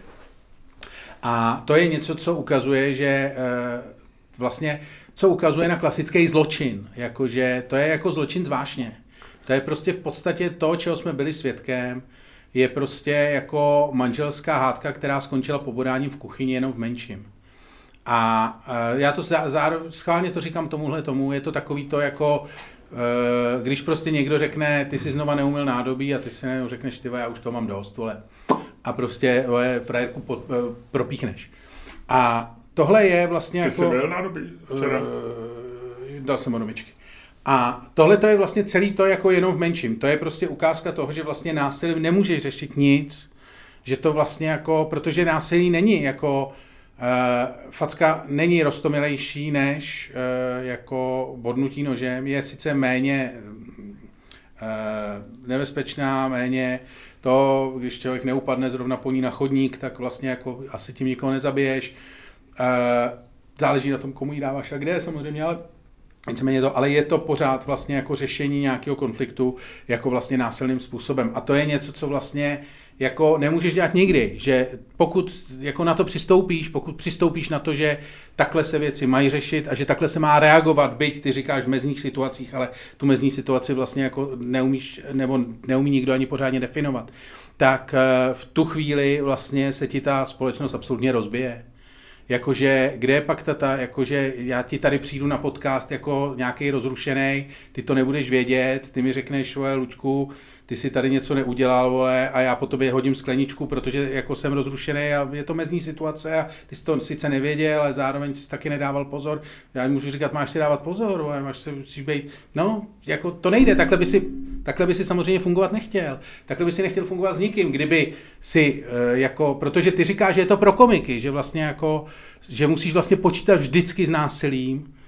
A to je něco, co ukazuje, že vlastně co ukazuje na klasický zločin, jakože to je jako zločin zvláštně. To je prostě v podstatě to, čeho jsme byli svědkem, je prostě jako manželská hádka, která skončila pobodáním v kuchyni jenom v menším. A já to schválně to říkám tomu, je to takový to jako, když prostě někdo řekne, ty jsi znova neumyl nádobí a ty si řekneš, ty já už to mám dost, vole. A prostě frajerku propíchneš. A tohle je vlastně ty jako... Ty jsi byl nádobí včera? Dal jsem ho do myčky. A tohle to je vlastně celý to jako jenom v menším. To je prostě ukázka toho, že vlastně násilím nemůžeš řešit nic, že to vlastně jako, protože násilí není jako, facka není roztomilejší než jako bodnutí nožem, je sice méně nebezpečná, méně to, když člověk neupadne zrovna po ní na chodník, tak vlastně jako asi tím nikoho nezabiješ. Záleží na tom, komu ji dáváš a kde, samozřejmě, ale nicméně to, ale je to pořád vlastně jako řešení nějakého konfliktu jako vlastně násilným způsobem. A to je něco, co vlastně jako nemůžeš dělat nikdy, že pokud jako na to přistoupíš, pokud přistoupíš na to, že takhle se věci mají řešit a že takhle se má reagovat, byť ty říkáš v mezních situacích, ale tu mezní situaci vlastně jako neumíš, nebo neumí nikdo ani pořádně definovat, tak v tu chvíli vlastně se ti ta společnost absolutně rozbije. Jakože, kde je pak jakože já ti tady přijdu na podcast jako nějaký rozrušený, ty to nebudeš vědět, ty mi řekneš, vole, Luďku, ty si tady něco neudělal, vole, a já po tobě hodím skleničku, protože jako jsem rozrušený a je to mezní situace a ty jsi to sice nevěděl, ale zároveň jsi taky nedával pozor. Já můžu říkat, máš si dávat pozor, vole, musíš být, no, jako to nejde, takhle by si samozřejmě fungovat nechtěl. Takhle by si nechtěl fungovat s nikým, kdyby si jako, protože ty říkáš, že je to pro komiky, že vlastně jako, že musíš vlastně počítat vždycky s násilím,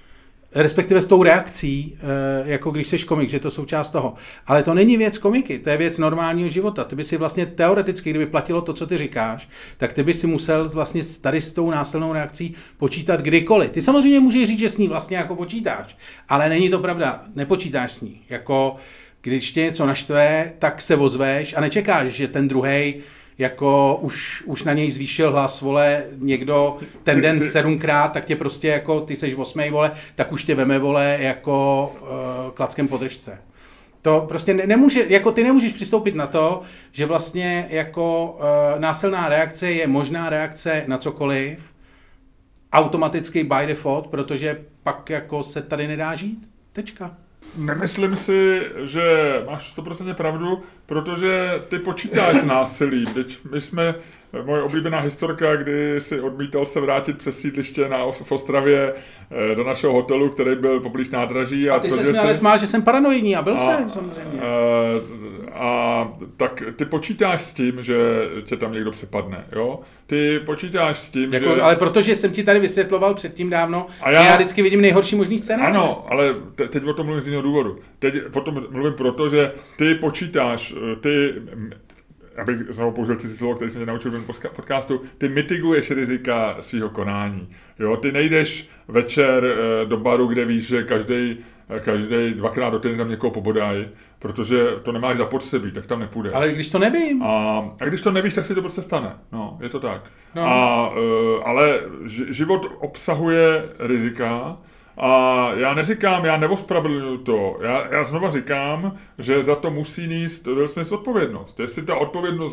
respektive s tou reakcí, jako když seš komik, že to součást toho. Ale to není věc komiky, to je věc normálního života. Ty by si vlastně teoreticky, kdyby platilo to, co ty říkáš, tak ty by si musel vlastně tady s tou násilnou reakcí počítat kdykoliv. Ty samozřejmě můžeš říct, že s ní vlastně jako počítáš, ale není to pravda, nepočítáš s ní. Jako když tě něco naštve, tak se ozveš a nečekáš, že ten druhej jako už na něj zvýšil hlas, vole, někdo ten den 7krát, tak tě prostě jako, ty seš 8, vole, tak už tě veme, vole, jako klackem po držce. To prostě nemůže, jako ty nemůžeš přistoupit na to, že vlastně jako násilná reakce je možná reakce na cokoliv, automaticky by default, protože pak jako se tady nedá žít. Tečka. Nemyslím si, že máš 100% pravdu, protože ty počítáš s násilím. My jsme, moje oblíbená historka, kdy si odmítal se vrátit přes sídliště v Ostravě do našeho hotelu, který byl poblíž nádraží. A ty se mi ale smál, že jsem paranoidní a byl jsem samozřejmě. A tak ty počítáš s tím, že tě tam někdo přepadne, jo? Ty počítáš s tím, jako, že... Ale protože jsem ti tady vysvětloval předtím dávno, že já vždycky vidím nejhorší možný scénář. Ano, ale teď o tom mluvím z jiného důvodu. Teď o tom mluvím proto, že ty počítáš, abych znovu použil cizí slovo, který jsem tě naučil v podcastu, ty mitiguješ rizika svého konání. Jo? Ty nejdeš večer do baru, kde víš, že každý 2krát do týdne tam někoho pobodají, protože to nemáš zapotřebí, tak tam nepůjde. Ale když to nevím. A když to nevíš, tak si to prostě stane. No, je to tak. No. Ale život obsahuje rizika a já neříkám, já neospravedlňuji to. Já znova říkám, že za to musí nést Will Smith odpovědnost. Jestli ta odpovědnost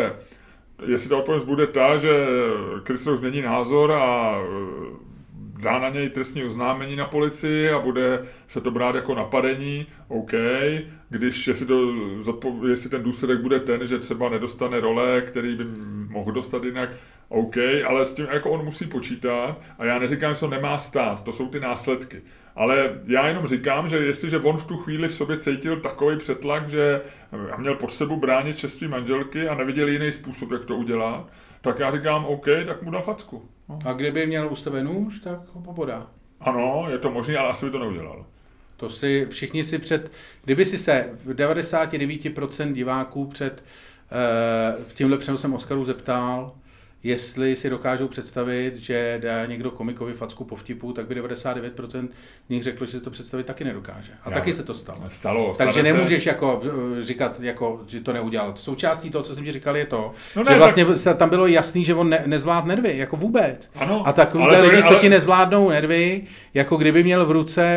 bude ta, že Chris Rock změní názor a dá na něj trestní oznámení na policii a bude se to brát jako napadení, OK, jestli ten důsledek bude ten, že třeba nedostane role, který by mohl dostat jinak, OK, ale s tím jako on musí počítat a já neříkám, že to nemá stát, to jsou ty následky. Ale já jenom říkám, že jestliže on v tu chvíli v sobě cítil takový přetlak, že měl potřebu bránit čeství manželky a neviděl jiný způsob, jak to udělat, tak já říkám, OK, tak mu dal facku. No. A kdyby měl u sebe nůž, tak ho pobodá. Ano, je to možné, ale asi by to neudělal. To si všichni kdyby si se v 99% diváků před tímhle přenosem Oscaru zeptal, jestli si dokážou představit, že dá někdo komikovi facku po vtipu, tak by 99% z nich řeklo, že se to představit taky nedokáže. A taky se to stalo. Takže nemůžeš jako říkat, jako, že to neudělal. Součástí toho, co jsem ti říkal, je to, že vlastně tam bylo jasný, že on nezvládl nervy, jako vůbec. Ano, a takovýhle lidi, co ti nezvládnou nervy, jako kdyby měl v ruce,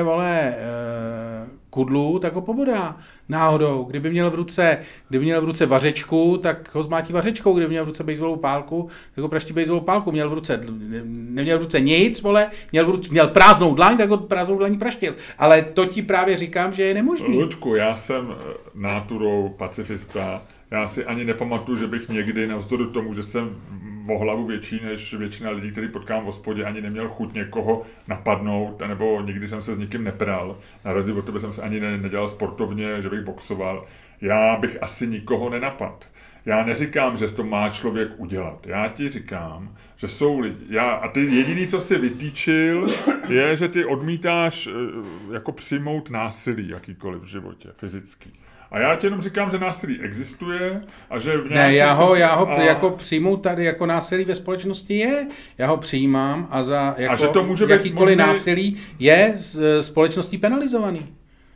kudlu, tak ho pobodá náhodou. Kdyby měl v ruce vařečku, tak ho zmátí vařečkou. Kdyby měl v ruce baseballovou pálku, tak ho praští baseballovou pálku. Neměl v ruce nic, vole, měl prázdnou dlaň, tak ho prázdnou dlaní praštil. Ale to ti právě říkám, že je nemožný. Luďku, já jsem naturou pacifista. Já si ani nepamatuju, že bych někdy, navzdory tomu, že jsem o hlavu větší než většina lidí, který potkám v hospodě, ani neměl chuť někoho napadnout, nebo nikdy jsem se s nikým nepral. Na rozdíl od tebe jsem se ani nedělal sportovně, že bych boxoval. Já bych asi nikoho nenapadl. Já neříkám, že to má člověk udělat. Já ti říkám, že jsou lidi. A ty jediný, co si vytýčil, je, že ty odmítáš jako přijmout násilí jakýkoliv v životě, fyzický. A já ti jenom říkám, že násilí existuje a že v nějaký... Ne, jako přijmout tady jako násilí ve společnosti je. Já ho přijímám a za jako to může jakýkoliv násilí je společností penalizovaný.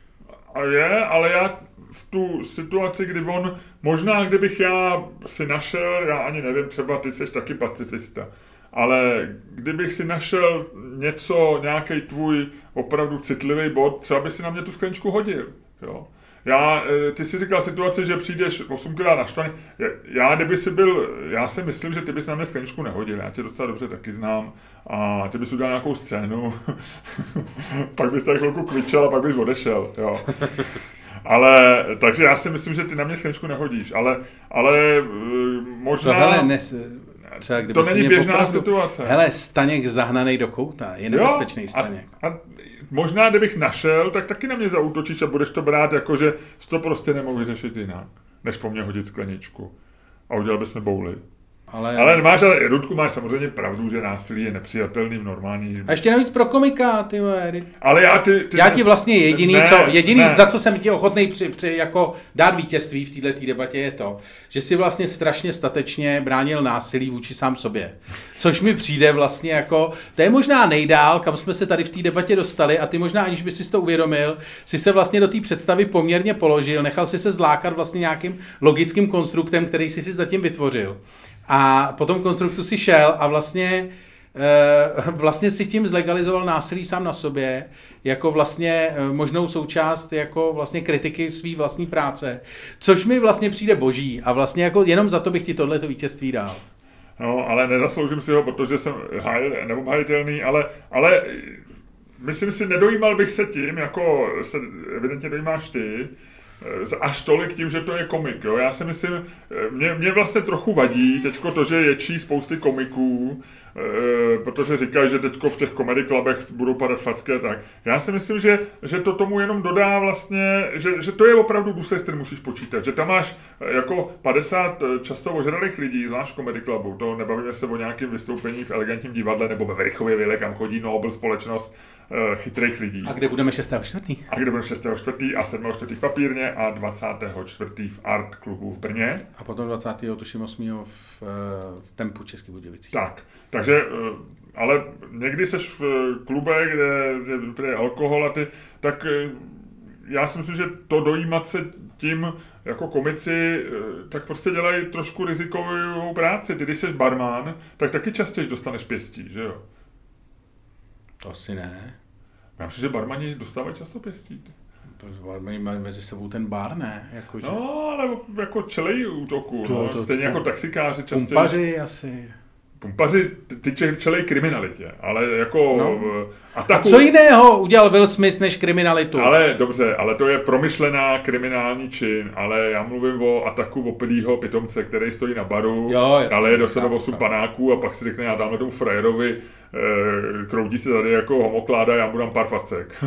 Ale já v tu situaci, kdy možná kdybych já si našel, já ani nevím, třeba ty jsi taky pacifista, ale kdybych si našel nějaký tvůj opravdu citlivý bod, třeba by si na mě tu skleničku hodil, jo. Ty jsi říkal situaci, že přijdeš 8krát naštvaný. Já si myslím, že ty bys na mě skleničku nehodil. Já tě docela dobře taky znám. A ty bys udělal nějakou scénu. Pak bys tady chvilku kličel a pak bys odešel. Jo. Takže já si myslím, že ty na mě skleničku nehodíš. Ale možná... To není běžná situace. Hele, Staněk zahnanej do kouta. Je nebezpečný Staněk. A možná, kdybych našel, tak taky na mě zaútočíš a budeš to brát jako, že to prostě nemohu vyřešit jinak, než po mně hodit skleničku. A udělal bys mi bouly. Ale máš, Ludku, máš samozřejmě pravdu, že násilí je nepřijatelný v normální. A ještě navíc pro komika, ty vole. Ale já ti vlastně jediný, za co jsem ti ochotnej jako dát vítězství v této debatě je to, že si vlastně strašně statečně bránil násilí vůči sám sobě. Což mi přijde vlastně jako, to je možná nejdál, kam jsme se tady v té debatě dostali a ty možná, aniž by si to uvědomil, si se vlastně do té představy poměrně položil, nechal si se zlákat vlastně nějakým logickým konstruktem, který si zatím vytvořil. A po tom konstruktu si šel a vlastně si tím zlegalizoval násilí sám na sobě, jako vlastně možnou součást jako vlastně kritiky své vlastní práce, což mi vlastně přijde boží a vlastně jako jenom za to bych ti tohleto vítězství dal. No, ale nezasloužím si ho, protože jsem neobhajitelný, ale myslím si, nedojímal bych se tím, jako se evidentně dojímáš ty, až tolik tím, že to je komik. Jo? Já si myslím, mě vlastně trochu vadí teďko to, že ječí spousty komiků, protože říkají, že teďko v těch comedy clubech budou padat facky, tak. Já si myslím, že to tomu jenom dodá vlastně, že to je opravdu důsledek, který musíš počítat. Že tam máš jako 50 často ožralých lidí, zvlášť v comedy clubu, to nebavíme se o nějakém vystoupení v elegantním divadle nebo ve Verichově Vile, kam chodí Nobel společnost chytrých lidí. A kde budeme 6.4.? A kde budeme 6.4. a 7.4. v Papírně a 24. v Art klubu v Brně. A potom 28. v Tempu Českých Budějovicích. Tak, takže, ale někdy seš v klubech, kde je alkohol a tak já si myslím, že to dojímat se tím jako komici, tak prostě dělají trošku rizikovou práci. Ty, když seš barman, tak taky častěji dostaneš pěstí, že jo? To asi ne. Já myslím, že barmani dostávají často pěstí. Barmani mají mezi sebou ten bar, ne? Jakože... No, ale jako čelej útoku. Stejně jako taxikáři častěji. Pumpaři asi. Pumpaři, ty čelej kriminalitě, ale jako... No. A co jiného udělal Will Smith než kriminalitu? Ale dobře, ale to je promyšlená kriminální čin, ale já mluvím o ataku opilýho pitomce, který stojí na baru, ale do sebe 8 panáků a pak si řekne, já dáme tomu frajerovi, kroutí se tady jako homokláda, já mu dám pár facek.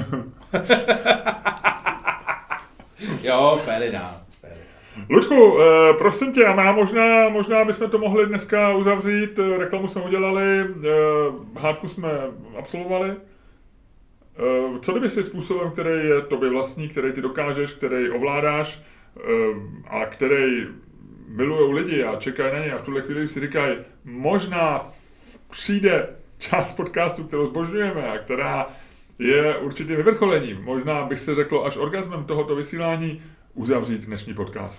Jo, fair enough. Luďku, prosím tě, a možná bychom to mohli dneska uzavřít, reklamu jsme udělali, hádku jsme absolvovali. Co kdyby si způsobem, který je tobě vlastní, který ty dokážeš, který ovládáš a který milujou lidi a čekají na ně a v tuhle chvíli si říkají, možná přijde část podcastu, kterou zbožňujeme a která je určitým vyvrcholením, možná bych se řekl až orgasmem tohoto vysílání, uzavřít dnešní podcast.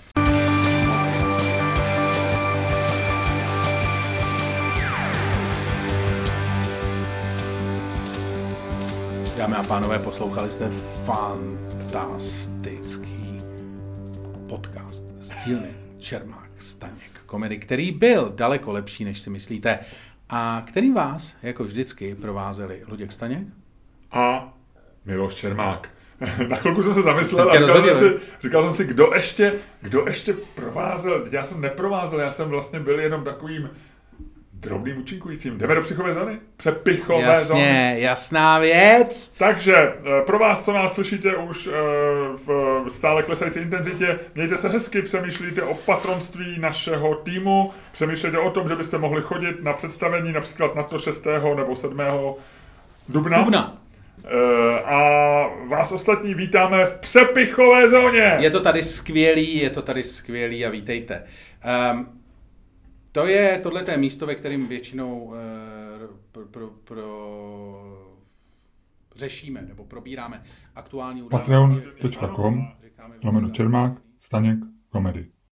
Dámy a pánové, poslouchali jste fantastický podcast z dílny Čermák Staněk Komedy, který byl daleko lepší, než si myslíte a který vás, jako vždycky, provázeli Luděk Staněk a Miloš Čermák. Na chvilku jsem se zamyslel a říkal jsem si, kdo ještě provázel. Já jsem neprovázel, já jsem vlastně byl jenom takovým drobným účinkujícím. Jdeme do psychové zóny? Přepichové zóny. Jasně, jasná věc. Takže pro vás, co nás slyšíte už v stále klesající intenzitě, mějte se hezky, přemýšlíte o patronství našeho týmu, přemýšlejte o tom, že byste mohli chodit na představení například na to 6. nebo 7. dubna. A vás ostatní vítáme v přepichové zóně. Je to tady skvělý a vítejte. Tohle je místo, ve kterém většinou řešíme nebo probíráme aktuální události. Patreon.com/Čermák Staněk Komedy.